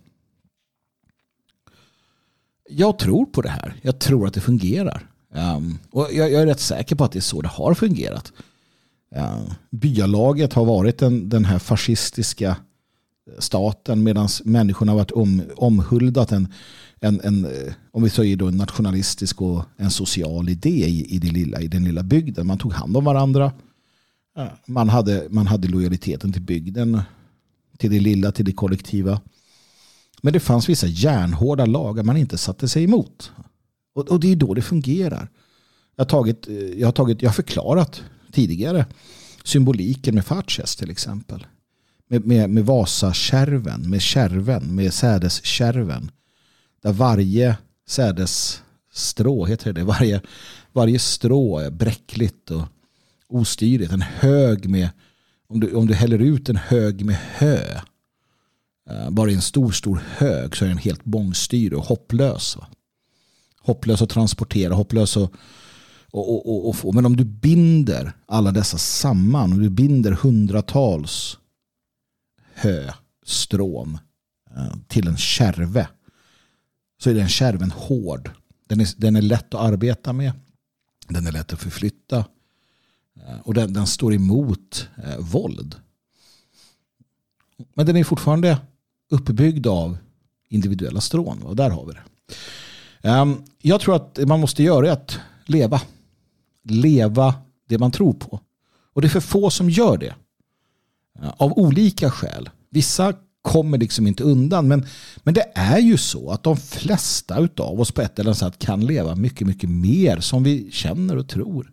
Jag tror på det här. Jag tror att det fungerar. Um, och jag, jag är rätt säker på att det är så det har fungerat. Uh, byalaget har varit den, den här fascistiska staten medan människorna har varit om, omhuldat en En, en, om vi säger då en nationalistisk och en social idé i, i, det lilla, i den lilla bygden. Man tog hand om varandra. Man hade, man hade lojaliteten till bygden, till det lilla, till det kollektiva. Men det fanns vissa järnhårda lagar man inte satte sig emot. Och, och det är då det fungerar. Jag har, tagit, jag, har tagit, jag har förklarat tidigare symboliken med Fatches till exempel. Med, med, med Vasakärven, med kärven, med sädeskärven. Där varje sädesstrå heter det, varje, varje strå är bräckligt och ostyrigt. En hög med, om du, om du häller ut en hög med hö, bara i en stor, stor hög så är den helt bångstyrig och hopplös. Va? Hopplös att transportera, hopplös att och, och, och, och få. Men om du binder alla dessa samman, och du binder hundratals höstrån till en kärve, så är den kärven hård. Den är, den är lätt att arbeta med. Den är lätt att förflytta. Och den, den står emot eh, våld. Men den är fortfarande uppbyggd av individuella strån. Och där har vi det. Um, jag tror att man måste göra är att leva. Leva det man tror på. Och det är för få som gör det. Uh, av olika skäl. Vissa kommer liksom inte undan. Men, men det är ju så att de flesta utav oss på ett eller annat sätt kan leva mycket, mycket mer som vi känner och tror.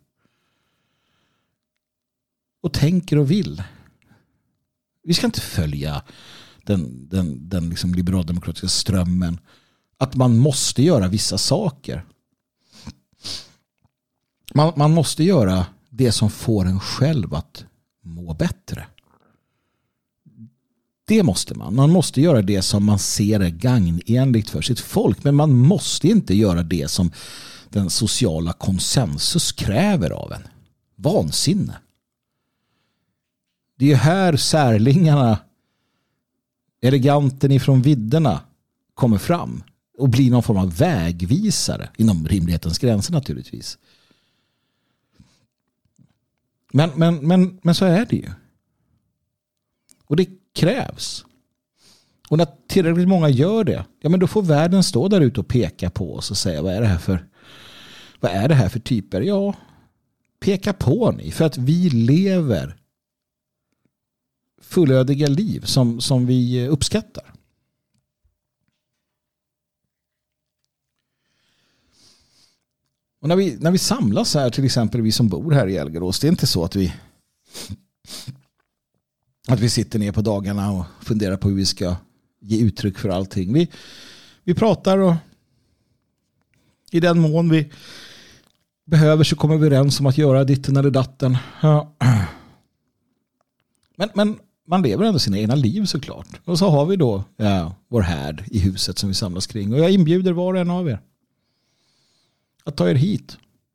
Och tänker och vill. Vi ska inte följa den, den, den liksom liberaldemokratiska strömmen. Att man måste göra vissa saker. Man, man måste göra det som får en själv att må bättre. Det måste man. Man måste göra det som man ser är gagnenligt för sitt folk. Men man måste inte göra det som den sociala konsensus kräver av en. Vansinne. Det är här särlingarna, eleganten ifrån vidderna, kommer fram och blir någon form av vägvisare inom rimlighetens gränser naturligtvis. Men, men, men, men så är det ju. Och det krävs. Och när tillräckligt många gör det, ja, men då får världen stå där ute och peka på oss och säga, vad är det här för, vad är det här för typer? Ja, peka på ni, för att vi lever fullödiga liv som, som vi uppskattar. Och när vi, när vi samlas här, till exempel vi som bor här i Elgerås, det är inte så att vi att vi sitter ner på dagarna och funderar på hur vi ska ge uttryck för allting. Vi, vi pratar och i den mån vi behöver så kommer vi överens om att göra ditten eller datten. Ja. Men, men man lever ändå sina egna liv såklart. Och så har vi då ja, vår härd i huset som vi samlas kring. Och jag inbjuder var och en av er att ta er hit.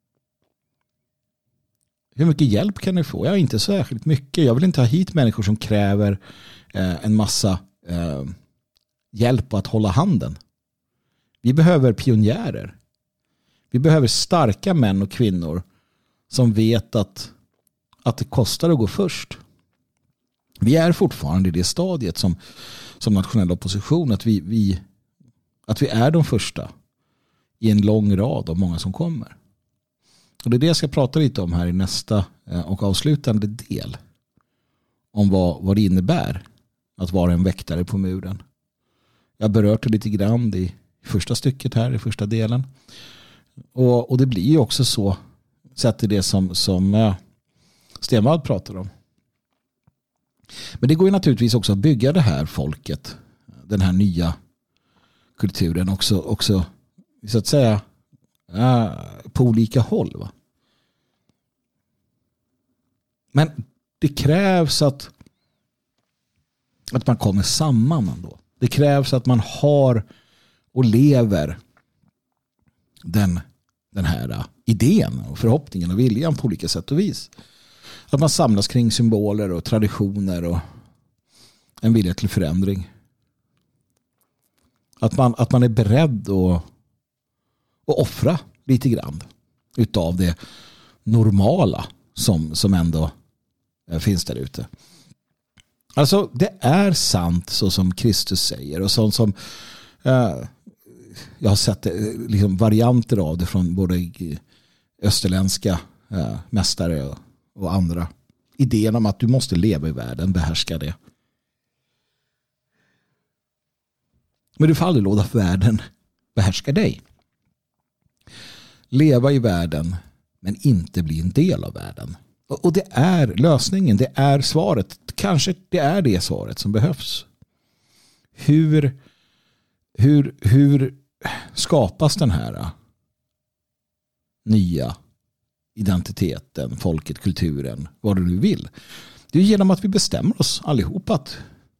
Hur mycket hjälp kan ni få? Ja, inte särskilt mycket. Jag vill inte ha hit människor som kräver eh, en massa eh, hjälp att hålla handen. Vi behöver pionjärer. Vi behöver starka män och kvinnor som vet att, att det kostar att gå först. Vi är fortfarande i det stadiet som, som nationell opposition att vi, vi, att vi är de första i en lång rad av många som kommer. Och det är det jag ska prata lite om här i nästa och avslutande del. Om vad, vad det innebär att vara en väktare på muren. Jag berört det lite grann i första stycket här, i första delen. Och, och det blir ju också så, sett till det som, som Stenvall pratar om. Men det går ju naturligtvis också att bygga det här folket, den här nya kulturen också, också så att säga på olika håll. Va? Men det krävs att att man kommer samman ändå. Det krävs att man har och lever den, den här idén och förhoppningen och viljan på olika sätt och vis. Att man samlas kring symboler och traditioner och en vilja till förändring. Att man, att man är beredd att, att offra lite grann utav det normala som, som ändå finns där ute. Alltså det är sant så som Kristus säger och sånt som eh, jag har sett liksom varianter av det från både österländska eh, mästare och, och andra. Idén om att du måste leva i världen, behärska det. Men du får aldrig låta världen behärska dig. Leva i världen men inte bli en del av världen. Och det är lösningen, det är svaret. Kanske det är det svaret som behövs. Hur, hur, hur skapas den här nya identiteten, folket, kulturen, vad du nu vill? Det är genom att vi bestämmer oss allihop att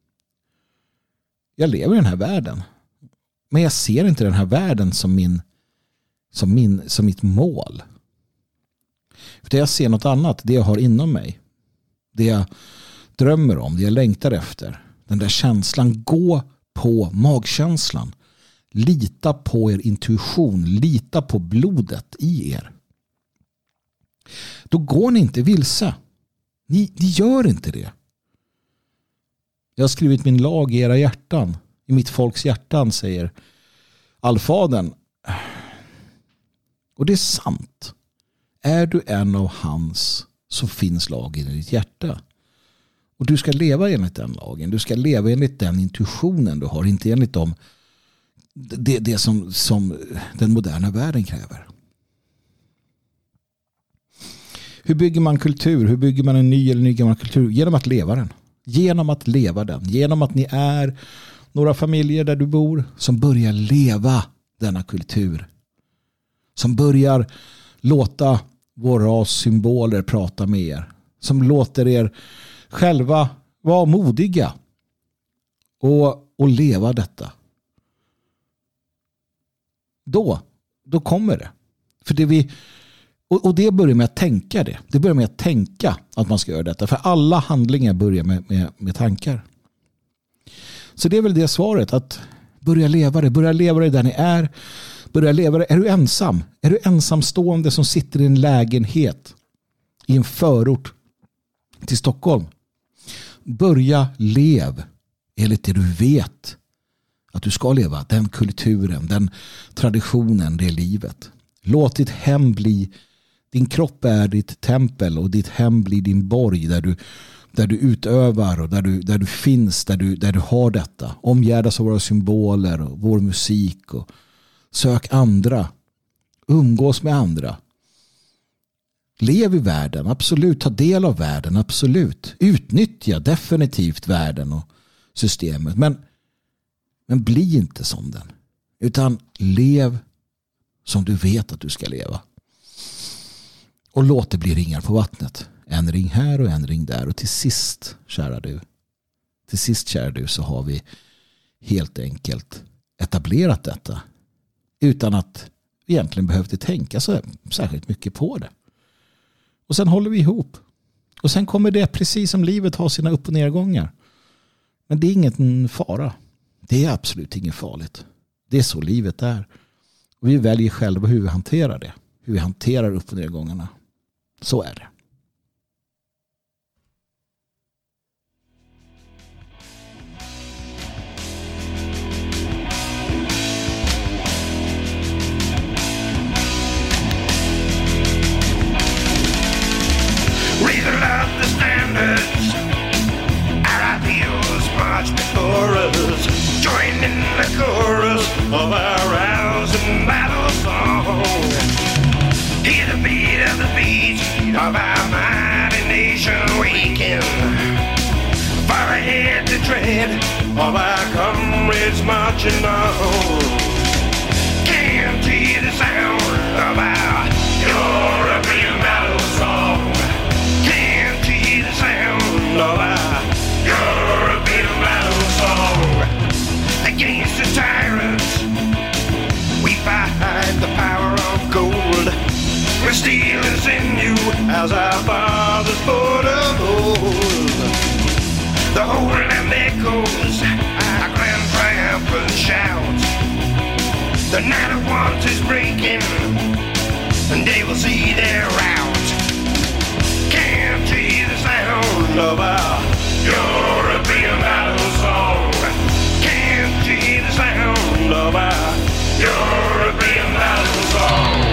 jag lever i den här världen. Men jag ser inte den här världen som min som, min, som mitt mål. För jag ser något annat, det jag har inom mig. Det jag drömmer om, det jag längtar efter. Den där känslan, gå på magkänslan. Lita på er intuition. Lita på blodet i er. Då går ni inte vilse. Ni, ni gör inte det. Jag har skrivit min lag i era hjärtan. I mitt folks hjärtan, säger allfadern. Och det är sant. Är du en av hans, så finns lagen i ditt hjärta. Och du ska leva enligt den lagen. Du ska leva enligt den intuitionen du har. Inte enligt dem, det, det som, som den moderna världen kräver. Hur bygger man kultur? Hur bygger man en ny eller ny gammal kultur? Genom att leva den. Genom att leva den. Genom att ni är några familjer där du bor som börjar leva denna kultur. Som börjar låta våra symboler prata med er. Som låter er själva vara modiga och, och leva detta. Då, då kommer det. För det vi, och, och det börjar med att tänka det. Det börjar med att tänka att man ska göra detta. För alla handlingar börjar med, med, med tankar. Så det är väl det svaret, att börja leva det. Börja leva det där ni är. Börja leva det. Är du ensam? Är du ensamstående som sitter i en lägenhet i en förort till Stockholm? Börja lev enligt det du vet att du ska leva. Den kulturen, den traditionen, det livet. Låt ditt hem bli, din kropp är ditt tempel och ditt hem blir din borg där du, där du utövar och där du, där du finns, där du, där du har detta. Omgärdas av våra symboler och vår musik. Och sök andra. Umgås med andra. Lev i världen, absolut. Ta del av världen, absolut. Utnyttja definitivt världen och systemet. Men, men bli inte som den. Utan lev som du vet att du ska leva. Och låt det bli ringar på vattnet. En ring här och en ring där. Och till sist, kära du. Till sist, kära du, så har vi helt enkelt etablerat detta. Utan att vi egentligen behövde tänka så särskilt mycket på det. Och sen håller vi ihop. Och sen kommer det, precis som livet har sina upp- och nedgångar. Men det är ingen fara. Det är absolut inget farligt. Det är så livet är. Och vi väljer själva hur vi hanterar det. Hur vi hanterar upp- och nedgångarna. Så är det. Raising up the standards, our ideals march before us. Join in the chorus of our rousing battle song. Hear the beat of the beat of our mighty nation waking. Far ahead the tread of our comrades marching on. Can't hear the sound of our European battle song. Sound of our European battle song. Against the tyrants, we fight the power of gold. We're steel and sinew as our fathers put of old. The whole land echoes our grand triumphant shout. The night of want is breaking, and they will see their rout. Can't you hear the sound of our European battle song? Can't you hear the sound of our European battle song?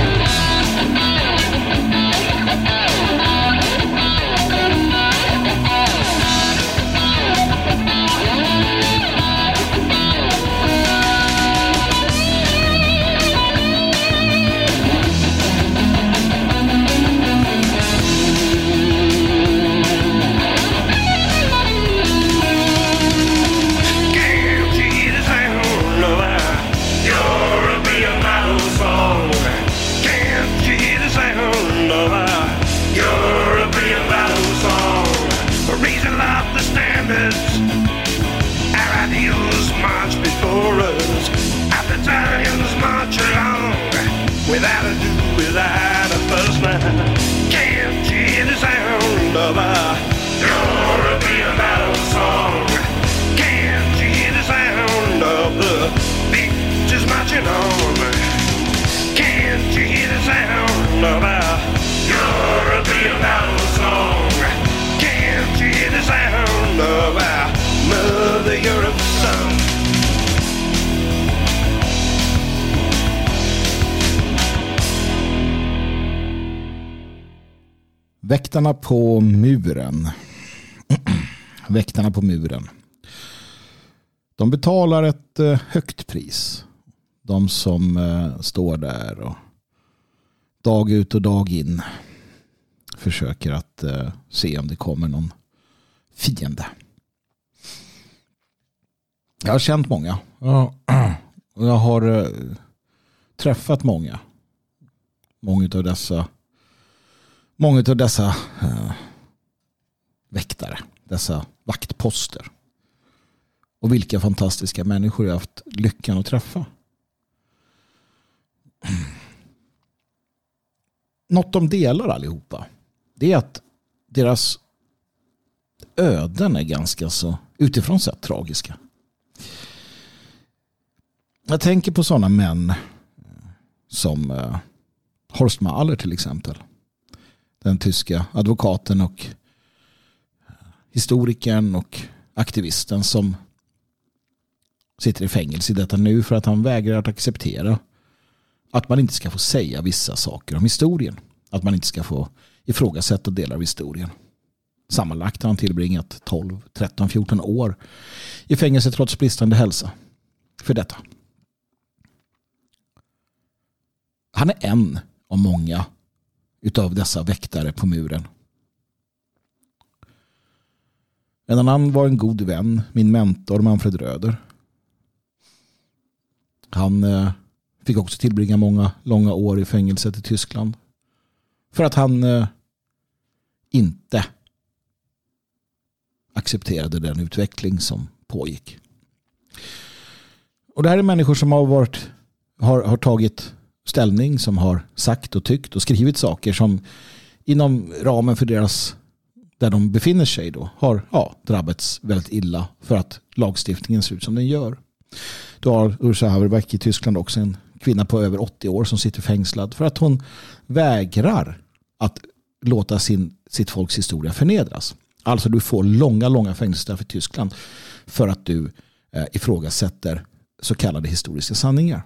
European Väktarna på muren. Väktarna på muren. De betalar ett eh, högt pris. De som eh, står där och dag ut och dag in försöker att eh, se om det kommer någon fiende. Jag har känt många. Och jag har eh, träffat många. Många av dessa många av dessa eh, väktare, dessa vaktposter. Och vilka fantastiska människor jag har haft lyckan att träffa. Något de delar allihopa, det är att deras öden är ganska så utifrån sett tragiska. Jag tänker på sådana män som eh, Horst Mahler till exempel. Den tyska advokaten och historikern och aktivisten som sitter i fängelse i detta nu för att han vägrar att acceptera att man inte ska få säga vissa saker om historien. Att man inte ska få ifrågasätta delar av historien. Sammanlagt har han tillbringat tolv, tretton, fjorton år i fängelse trots bristande hälsa för detta. Han är en av många utav dessa väktare på muren. En annan var en god vän, min mentor Manfred Röder. Han eh, fick också tillbringa många långa år i fängelset i Tyskland. För att han eh, inte accepterade den utveckling som pågick. Och det här är människor som har varit har, har tagit ställning, som har sagt och tyckt och skrivit saker som inom ramen för deras där de befinner sig då har ja, drabbats väldigt illa för att lagstiftningen ser ut som den gör. Du har Ursa Haverbeck i Tyskland också, en kvinna på över åttio år som sitter fängslad för att hon vägrar att låta sin, sitt folks historia förnedras. Alltså du får långa, långa fängelsestraff i Tyskland för att du eh, ifrågasätter så kallade historiska sanningar.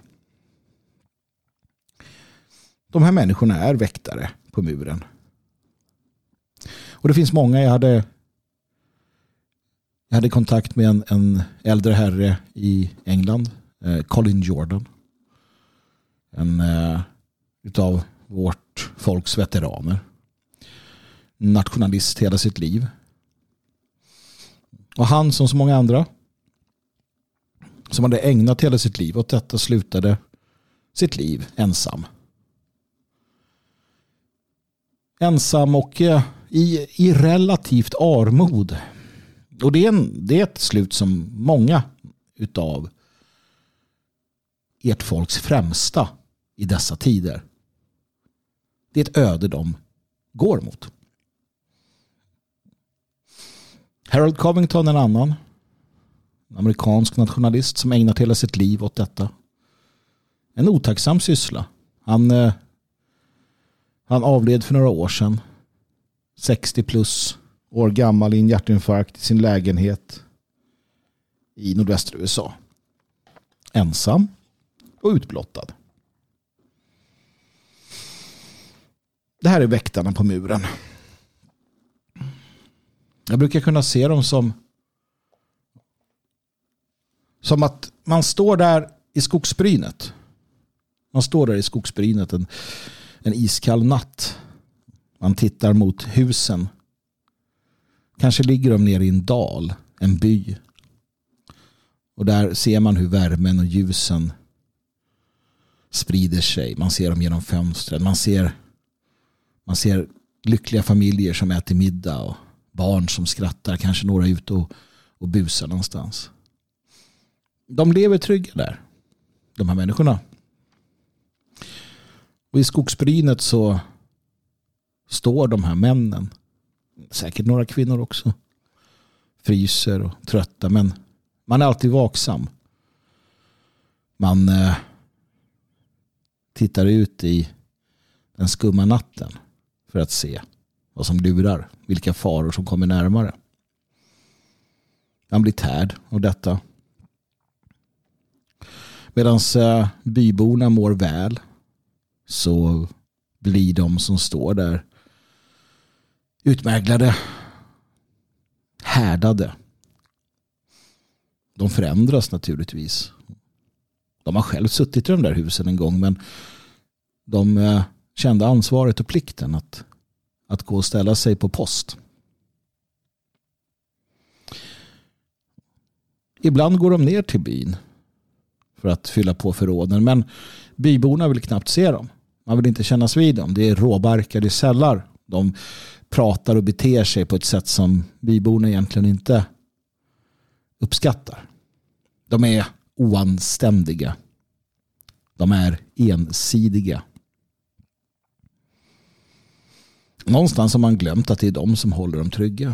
De här människorna är väktare på muren. Och det finns många. Jag hade, jag hade kontakt med en, en äldre herre i England, eh, Colin Jordan. En eh, utav vårt folks veteraner. Nationalist hela sitt liv. Och han som så många andra som hade ägnat hela sitt liv åt detta slutade sitt liv ensam. Ensam och eh, i, i relativt armod. Och det är, en, det är ett slut som många utav ert folks främsta i dessa tider. Det är ett öde de går mot. Harold Covington, en annan en amerikansk nationalist som ägnat hela sitt liv åt detta. En otacksam syssla. Han, eh, han avled för några år sedan. sextio plus år gammal i en hjärtinfarkt i sin lägenhet i nordvästra U S A. Ensam och utblottad. Det här är väktarna på muren. Jag brukar kunna se dem som som att man står där i skogsbrynet. Man står där i skogsbrynet en, en iskall natt. Man tittar mot husen. Kanske ligger de ner i en dal, en by. Och där ser man hur värmen och ljusen sprider sig. Man ser dem genom fönstren. Man ser, man ser lyckliga familjer som äter middag och barn som skrattar. Kanske några ut och, och busar någonstans. De lever trygga där, de här människorna. Och i skogsbrynet så står de här männen, säkert några kvinnor också, fryser och trötta, men man är alltid vaksam. Man eh, tittar ut i den skumma natten för att se vad som lurar, vilka faror som kommer närmare. Man blir tärd av detta. Medan eh, byborna mår väl så blir de som står där utmärglade, härdade. De förändras naturligtvis. De har själv suttit i de där husen en gång, men de eh, kände ansvaret och plikten att, att gå och ställa sig på post. Ibland går de ner till byn för att fylla på förråden, men byborna vill knappt se dem. Man vill inte kännas vid dem. Det är råbarkade sällar. De pratar och beter sig på ett sätt som byborna egentligen inte uppskattar. De är oanständiga. De är ensidiga. Någonstans har man glömt att det är de som håller dem trygga.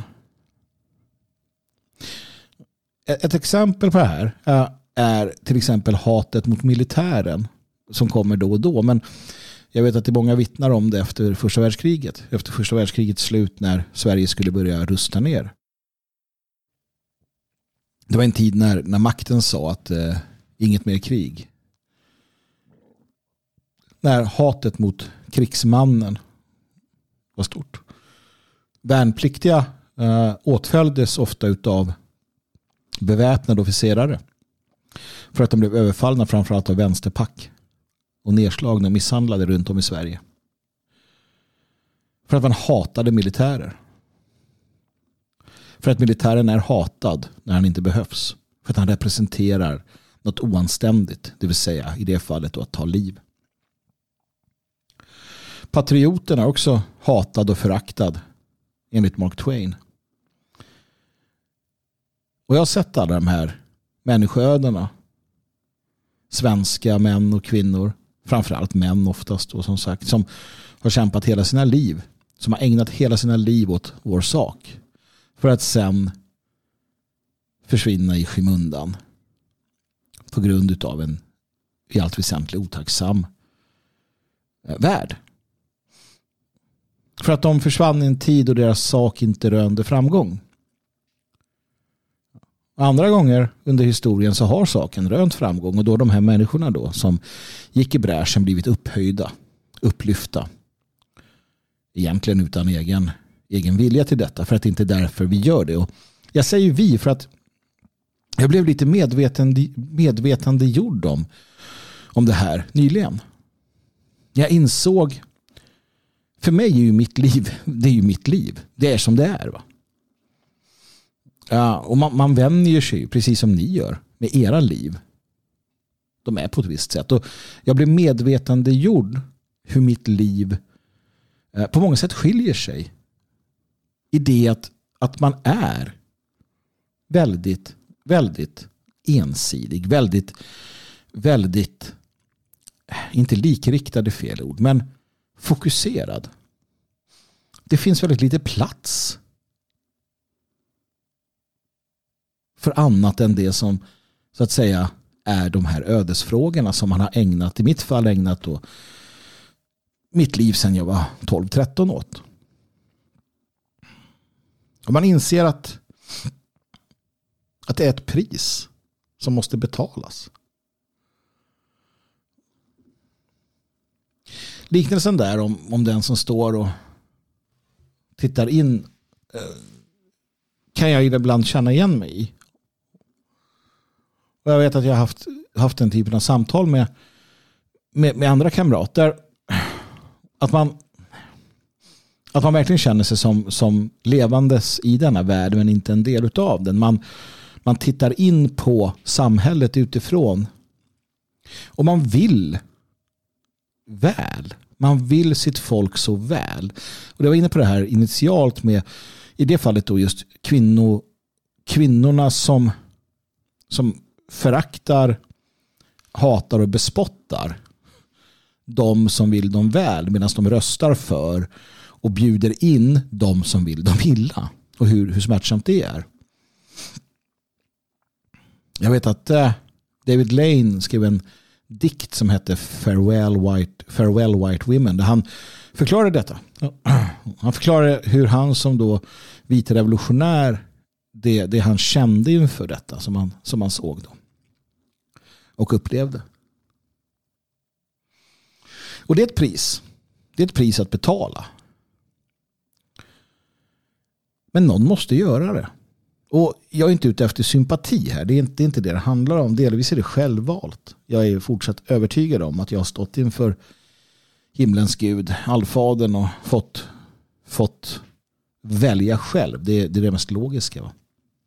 Ett exempel på det här är till exempel hatet mot militären som kommer då och då. Men jag vet att det är många vittnar om det efter första världskriget. Efter första världskrigets slut när Sverige skulle börja rusta ner. Det var en tid när, när makten sa att eh, inget mer krig. När hatet mot krigsmannen var stort. Värnpliktiga eh, åtföljdes ofta utav beväpnade officerare för att de blev överfallna framförallt av vänsterpack och nedslagna och misshandlade runt om i Sverige. För att man hatade militärer. För att militären är hatad när han inte behövs. För att han representerar något oanständigt, det vill säga i det fallet då att ta liv. Patrioten är också hatad och föraktad enligt Mark Twain. Och jag har sett alla de här människoödena. Svenska män och kvinnor, framförallt män oftast och som sagt, som har kämpat hela sina liv, som har ägnat hela sina liv åt vår sak för att sen försvinna i skymundan på grund av en i allt väsentligt otacksam värld. För att de försvann i en tid och deras sak inte rönde framgång. Andra gånger under historien så har saken rönt framgång och då de här människorna då som gick i bräschen blivit upphöjda, upplyfta. Egentligen utan egen, egen vilja till detta, för att det inte är därför vi gör det. Och jag säger vi för att jag blev lite medvetande, medvetandegjord om, om det här nyligen. Jag insåg, för mig är ju mitt liv, det är ju mitt liv. Det är som det är, va? Ja, och man, man vänjer sig precis som ni gör med era liv. De är på ett visst sätt. Och jag blev medvetandegjord hur mitt liv eh, på många sätt skiljer sig. I det att, att man är väldigt, väldigt ensidig. Väldigt, väldigt, inte likriktade fel ord, men fokuserad. Det finns väldigt lite plats för annat än det som så att säga är de här ödesfrågorna som man har ägnat, i mitt fall ägnat då mitt liv sedan jag var tolv tretton åt. Och man inser att att det är ett pris som måste betalas. Liknelsen där om, om den som står och tittar in eh, kan jag ibland känna igen mig i. Och jag vet att jag har haft, haft den typen av samtal med, med, med andra kamrater. Att man, att man verkligen känner sig som, som levandes i denna värld men inte en del utav den. Man, man tittar in på samhället utifrån. Och man vill väl. Man vill sitt folk så väl. Och det var inne på det här initialt med, i det fallet då just kvinnor, kvinnorna som, som föraktar, hatar och bespottar de som vill dem väl, medan de röstar för och bjuder in de som vill dem illa. Och hur, hur smärtsamt det är. Jag vet att äh, David Lane skrev en dikt som hette Farewell White, Farewell White Women, där han förklarar detta. Han förklarar hur han som då vit revolutionär, det, det han kände inför detta som han, som han såg då och upplevde. Och det är ett pris. Det är ett pris att betala. Men någon måste göra det. Och jag är inte ute efter sympati här. Det är inte, det är inte det det handlar om. Delvis är det självvalt. Jag är fortsatt övertygad om att jag har stått inför himlens Gud, allfadern, och fått, fått välja själv. Det, det är det mest logiska, va?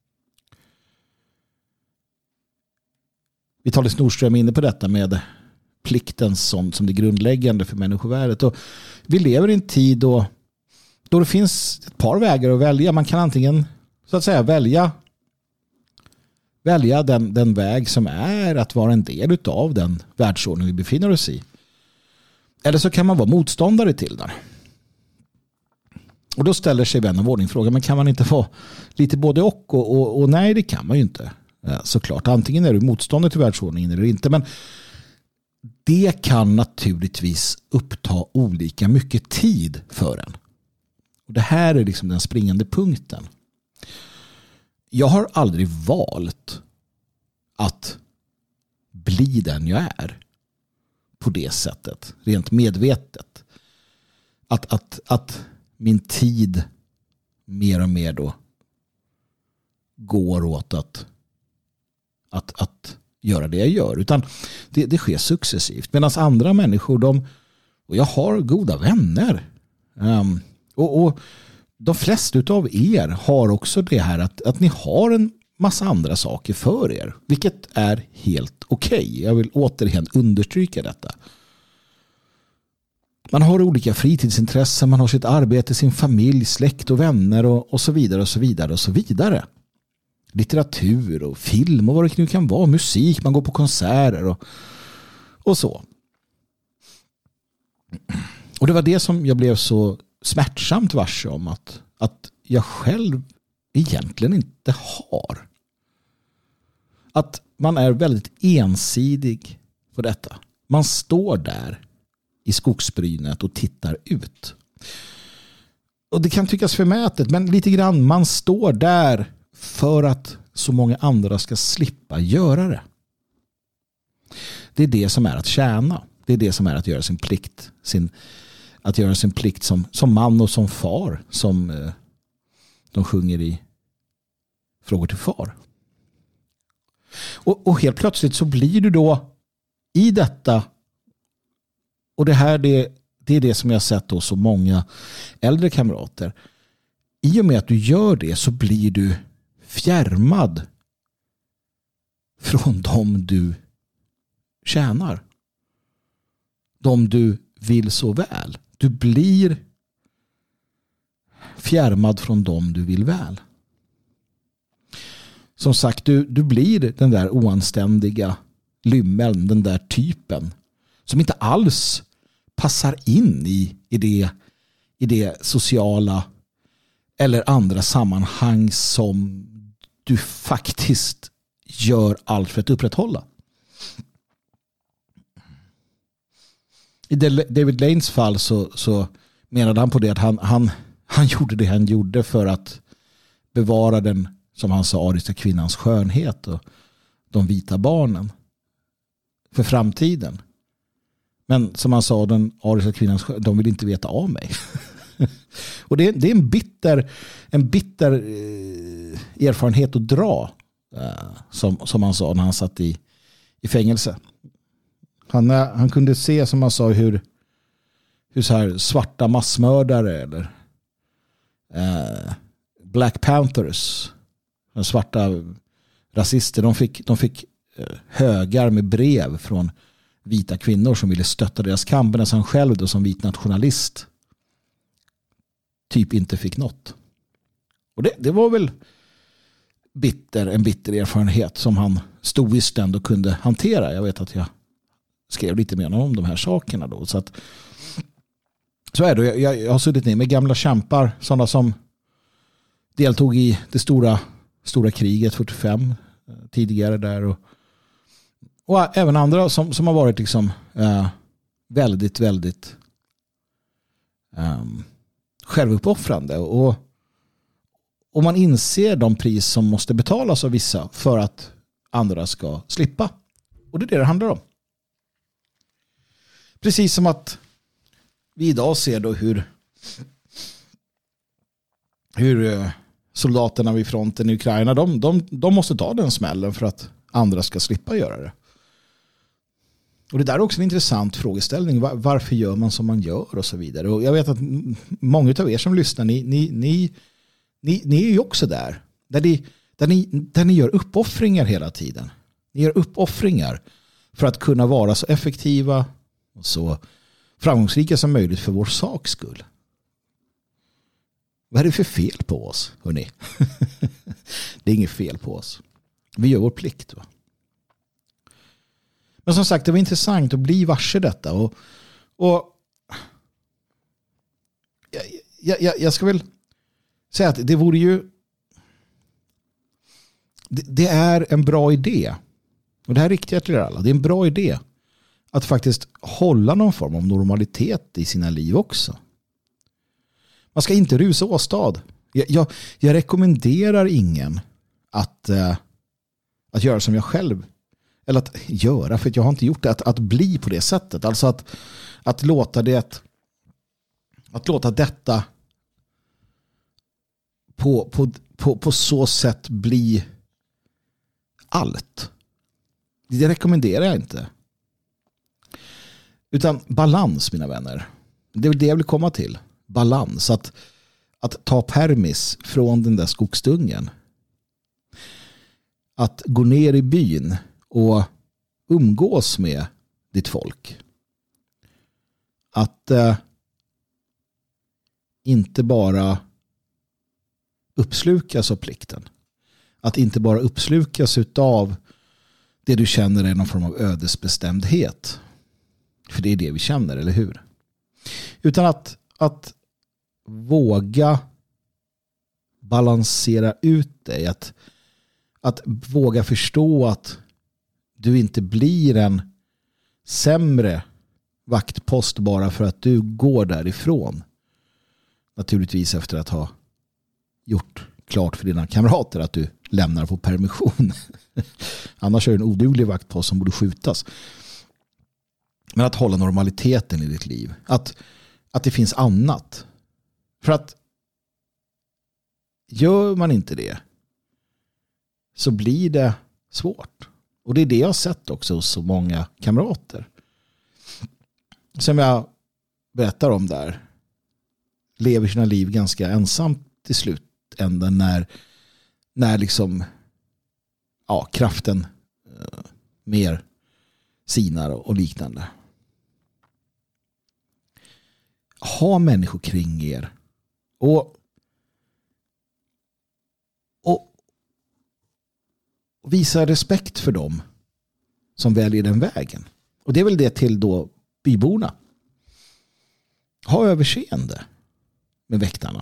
Vitalis Nordström är inne på detta med plikten som, som det grundläggande för människovärdet. Och vi lever i en tid då, då det finns ett par vägar att välja. Man kan antingen så att säga välja, välja den, den väg som är att vara en del av den världsordning vi befinner oss i. Eller så kan man vara motståndare till den. Och då ställer sig vän av ordning frågan, men kan man inte vara lite både och? Och, och, och nej, det kan man ju inte. Såklart, antingen är du motståndare till världsordningen eller inte, men det kan naturligtvis uppta olika mycket tid för en. Och det här är liksom den springande punkten. Jag har aldrig valt att bli den jag är på det sättet, rent medvetet. Att, att, att min tid mer och mer då går åt att Att, att göra det jag gör. Utan det, det sker successivt. Medan andra människor, de, och jag har goda vänner. Um, och, och de flesta av er har också det här att, att ni har en massa andra saker för er. Vilket är helt okej. Okay. Jag vill återigen understryka detta. Man har olika fritidsintressen, man har sitt arbete, sin familj, släkt och vänner och, och så vidare och så vidare och så vidare. Litteratur och film och vad det nu kan vara, musik, man går på konserter och, och så. Och det var det som jag blev så smärtsamt varse om, att, att jag själv egentligen inte har. Att man är väldigt ensidig på detta. Man står där i skogsbrynet och tittar ut. Och det kan tyckas förmätet, men lite grann, man står där för att så många andra ska slippa göra det. Det är det som är att tjäna. Det är det som är att göra sin plikt. Sin, att göra sin plikt som, som man och som far, som eh, de sjunger i Frågor till far. Och, och helt plötsligt så blir du då i detta, och det här det, det är det som jag har sett hos så många äldre kamrater. I och med att du gör det så blir du fjärmad från dem du tjänar. De du vill så väl. Du blir fjärmad från dem du vill väl. Som sagt, du, du blir den där oanständiga lymmeln, den där typen som inte alls passar in i, i, det, i det sociala eller andra sammanhang som du faktiskt gör allt för att upprätthålla. I David Lanes fall så, så menade han på det att han, han, han gjorde det han gjorde för att bevara den, som han sa, ariska kvinnans skönhet och de vita barnen för framtiden. Men som han sa, den ariska kvinnans skönhet, de vill inte veta av mig. Och det är, det är en bitter, en bitter eh, erfarenhet att dra, eh, som, som han sa när han satt i, i fängelse. Han, han kunde se, som han sa, hur, hur så här svarta massmördare eller eh, Black Panthers, svarta rasister, de fick, de fick eh, högar med brev från vita kvinnor som ville stötta deras kamp, medan han själv då som vit nationalist typ inte fick något. Och det, det var väl bitter, en bitter erfarenhet som han stoiskt ändå kunde hantera. Jag vet att jag skrev lite mer om de här sakerna då. Så att så är det. Jag, jag, jag har suttit ner med gamla kämpar, sådana som deltog i det stora, stora kriget fyrtiofem tidigare där, och, och även andra som, som har varit liksom eh, väldigt, väldigt um, självuppoffrande, och, och man inser de pris som måste betalas av vissa för att andra ska slippa. Och det är det det handlar om. Precis som att vi idag ser då hur hur soldaterna vid fronten i Ukraina, de, de, de måste ta den smällen för att andra ska slippa göra det. Och det där är också en intressant frågeställning. Var, varför gör man som man gör och så vidare. Och jag vet att många av er som lyssnar, ni, ni, ni, ni, ni är ju också där. Där ni, där, ni, där ni gör uppoffringar hela tiden. Ni gör uppoffringar för att kunna vara så effektiva och så framgångsrika som möjligt för vår saks skull. Vad är det för fel på oss, hörni? Det är inget fel på oss. Vi gör vår plikt, va? Men som sagt, det var intressant att bli varse detta. Och, och jag, jag, jag ska väl säga att det vore ju det, det är en bra idé. Och det här är riktigt till er alla. Det är en bra idé att faktiskt hålla någon form av normalitet i sina liv också. Man ska inte rusa åstad. Jag, jag, jag rekommenderar ingen att, uh, att göra som jag själv. Eller att göra, för jag har inte gjort det. Att, att bli på det sättet. Alltså att, att låta det att låta detta på, på, på, på så sätt bli allt. Det rekommenderar jag inte. Utan balans, mina vänner. Det är det jag vill komma till. Balans. Att, att ta permis från den där skogsdungen. Att gå ner i byn och umgås med ditt folk. Att eh, inte bara uppslukas av plikten. Att inte bara uppslukas utav det du känner är någon form av ödesbestämdhet. För det är det vi känner, eller hur? Utan att, att våga balansera ut dig. Att, att våga förstå att du inte blir en sämre vaktpost bara för att du går därifrån. Naturligtvis efter att ha gjort klart för dina kamrater att du lämnar på permission. Annars är det en oduglig vaktpost som borde skjutas. Men att hålla normaliteten i ditt liv. Att, att det finns annat. För att gör man inte det så blir det svårt. Och det är det jag har sett också hos så många kamrater. Som jag berättar om där. Lever sina liv ganska ensamt till slutändan när, när liksom ja, kraften eh, mer sinar och, och liknande. Ha människor kring er. Och, och visa respekt för dem som väljer den vägen. Och det är väl det till då byborna. Ha överseende med väktarna.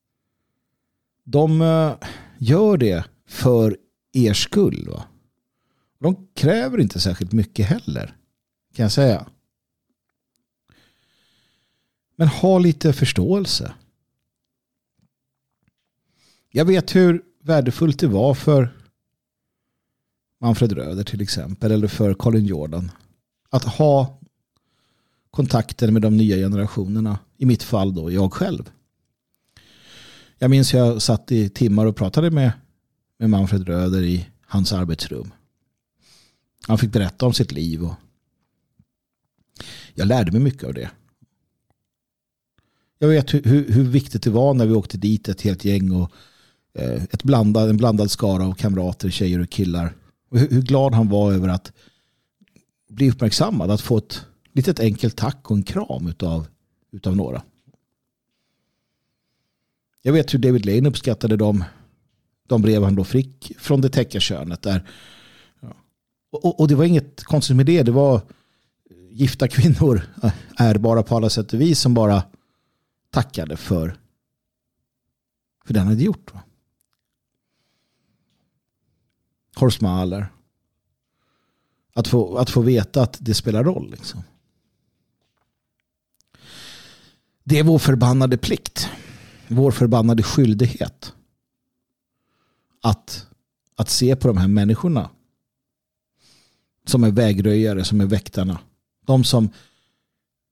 De uh, gör det för er skull. Va? De kräver inte särskilt mycket heller, kan jag säga. Men ha lite förståelse. Jag vet hur värdefullt det var för Manfred Röder till exempel, eller för Colin Jordan, att ha kontakter med de nya generationerna. I mitt fall då, jag själv. Jag minns jag satt i timmar och pratade med, med Manfred Röder i hans arbetsrum. Han fick berätta om sitt liv och jag lärde mig mycket av det. Jag vet hur, hur, hur viktigt det var när vi åkte dit ett helt gäng och eh, ett blandad, en blandad skara av kamrater, tjejer och killar. Och hur, hur glad han var över att bli uppmärksammad, att få ett litet enkelt tack och en kram utav, utav några. Jag vet hur David Lane uppskattade de, de brev han då fick från det täckarkönet där. Ja. Och, och det var inget konstigt med det. Det var gifta kvinnor, är bara på alla sätt och vis, som bara tackade för för det han hade gjort. Va? Horst Mahler. Att få, att få veta att det spelar roll. Liksom. Det är vår förbannade plikt. Vår förbannade skyldighet. Att, att se på de här människorna. Som är vägröjare, som är väktarna. De som,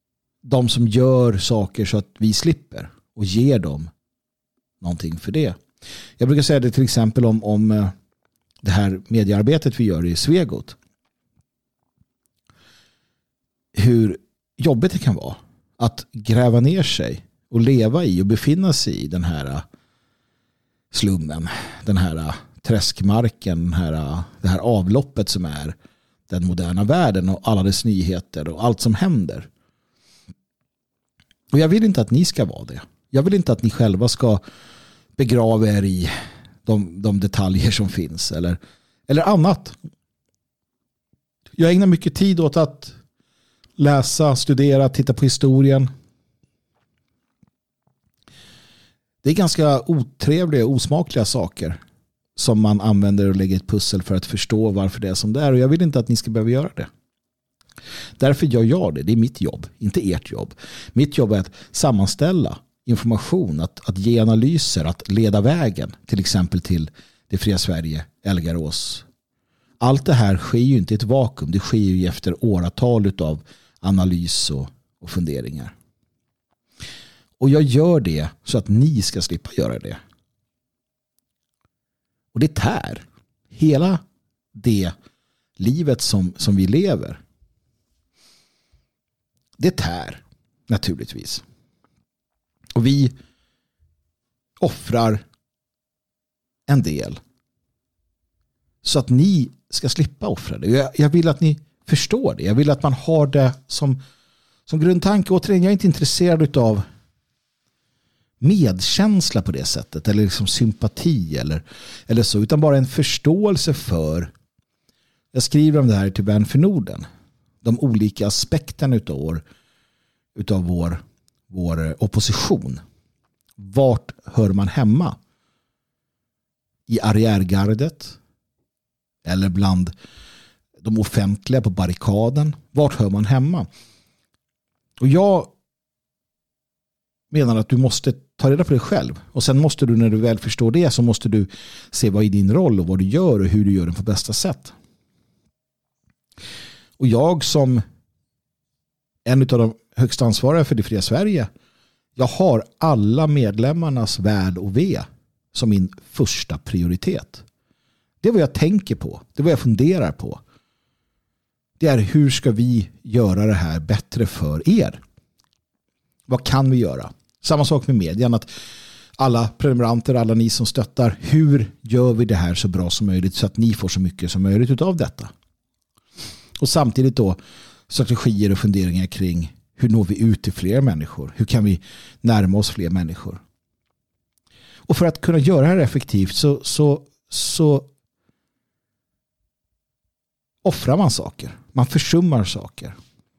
de som gör saker så att vi slipper. Och ger dem någonting för det. Jag brukar säga det till exempel om, om det här mediearbetet vi gör i Svegot. Hur jobbigt det kan vara att gräva ner sig och leva i och befinna sig i den här slummen, den här träskmarken, den här, det här avloppet som är den moderna världen och alla dess nyheter och allt som händer. Och jag vill inte att ni ska vara det. Jag vill inte att ni själva ska begrava er i de, de detaljer som finns eller, eller annat. Jag ägnar mycket tid åt att läsa, studera, titta på historien. Det är ganska otrevliga och osmakliga saker som man använder och lägger ett pussel för att förstå varför det är som det är. Och jag vill inte att ni ska behöva göra det. Därför gör jag det. Det är mitt jobb, inte ert jobb. Mitt jobb är att sammanställa information, att, att ge analyser, att leda vägen till exempel till det fria Sverige, Elgarås. Allt det här sker ju inte i ett vakuum. Det sker ju efter åratal av analys och, och funderingar. Och jag gör det så att ni ska slippa göra det. Och det tär. Hela det livet som, som vi lever. Det tär naturligtvis. Och vi offrar en del så att ni ska slippa offra det. Jag, jag vill att ni förstår det. Jag vill att man har det som, som grundtanke. Återigen, jag är inte intresserad av medkänsla på det sättet eller liksom sympati eller, eller så, utan bara en förståelse för, jag skriver om det här till Vän för Norden, de olika aspekterna utav vår, utav vår, vår opposition. Vart hör man hemma? I arriärgardet eller bland de offentliga på barrikaden? Vart hör man hemma? Och jag menar att du måste ta reda på det själv. Och sen måste du, när du väl förstår det, så måste du se vad är din roll och vad du gör och hur du gör den på bästa sätt. Och jag som en av de högsta ansvariga för det fria Sverige, jag har alla medlemmarnas väl och ve som min första prioritet. Det är vad jag tänker på. Det är vad jag funderar på. Det är hur ska vi göra det här bättre för er? Vad kan vi göra? Samma sak med medien, att alla prenumeranter, alla ni som stöttar, hur gör vi det här så bra som möjligt så att ni får så mycket som möjligt utav detta? Och samtidigt då strategier och funderingar kring hur når vi ut till fler människor? Hur kan vi närma oss fler människor? Och för att kunna göra det här effektivt så, så, så offrar man saker. Man försummar saker.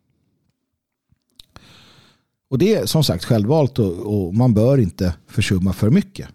Och det är som sagt självvalt och, och man bör inte försumma för mycket.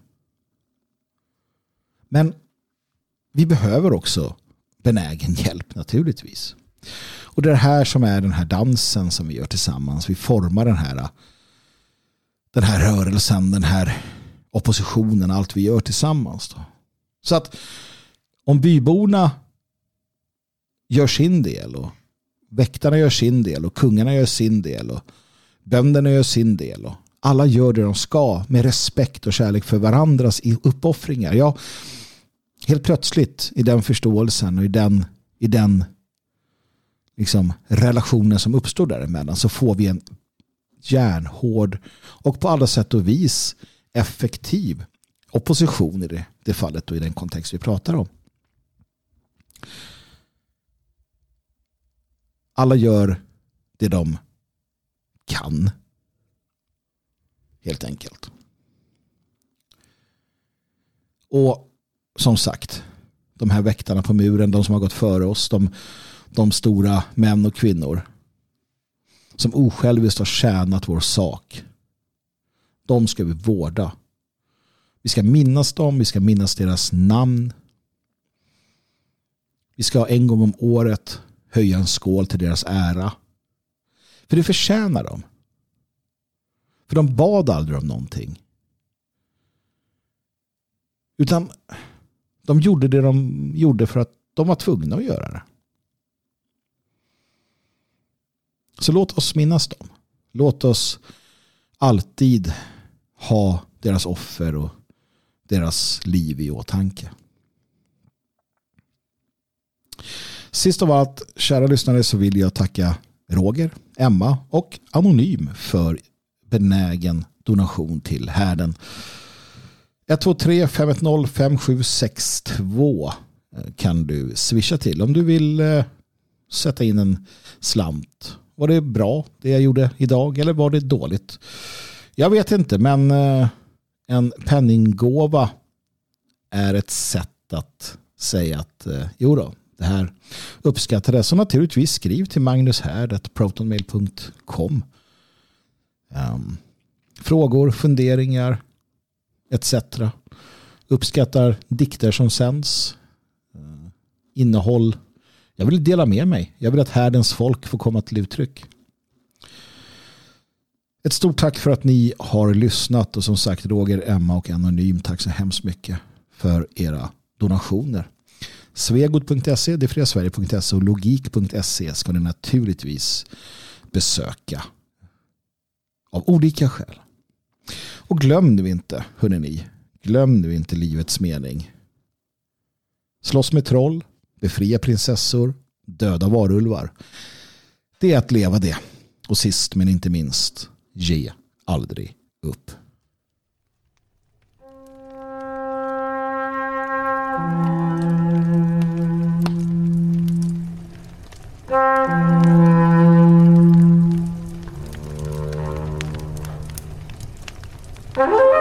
Men vi behöver också benägen hjälp naturligtvis. Och det är det här som är den här dansen som vi gör tillsammans. Vi formar den här, den här rörelsen, den här oppositionen, allt vi gör tillsammans. Då. Så att om byborna gör sin del och väktarna gör sin del och kungarna gör sin del och bönderna gör sin del och alla gör det de ska med respekt och kärlek för varandras uppoffringar. Ja, helt plötsligt i den förståelsen och i den, i den liksom relationen som uppstår däremellan så får vi en järnhård och på alla sätt och vis effektiv opposition i det, det fallet och i den kontext vi pratar om. Alla gör det de kan. Helt enkelt. Och som sagt, de här väktarna på muren, de som har gått före oss, de, de stora män och kvinnor som osjälviskt har tjänat vår sak, de ska vi vårda. Vi ska minnas dem, vi ska minnas deras namn. Vi ska en gång om året höja en skål till deras ära. För det förtjänar de. För de bad aldrig om någonting. Utan de gjorde det de gjorde för att de var tvungna att göra det. Så låt oss minnas dem. Låt oss alltid ha deras offer och deras liv i åtanke. Sist av allt, kära lyssnare, så vill jag tacka Roger, Emma och Anonym för benägen donation till härden. ett två tre fem ett noll fem sju sex två kan du swisha till om du vill eh, sätta in en slant. Var det bra det jag gjorde idag eller var det dåligt? Jag vet inte, men eh, en penninggåva är ett sätt att säga att eh, jo då, det här uppskattades. Så naturligtvis skriv till magnushärd snabel-a protonmail punkt com. Um, frågor, funderingar et cetera. Uppskattar dikter som sänds. Uh, innehåll. Jag vill dela med mig. Jag vill att härdens folk får komma till uttryck. Ett stort tack för att ni har lyssnat. Och som sagt, Roger, Emma och Anonym, tack så hemskt mycket för era donationer. Svegot punkt se, defriasverige punkt se och logik punkt se ska ni naturligtvis besöka av olika skäl. Och glöm nu inte, hörni ni, glöm nu inte livets mening. Slåss med troll, befria prinsessor, döda varulvar. Det är att leva det. Och sist men inte minst, ge aldrig upp. Mm-hmm.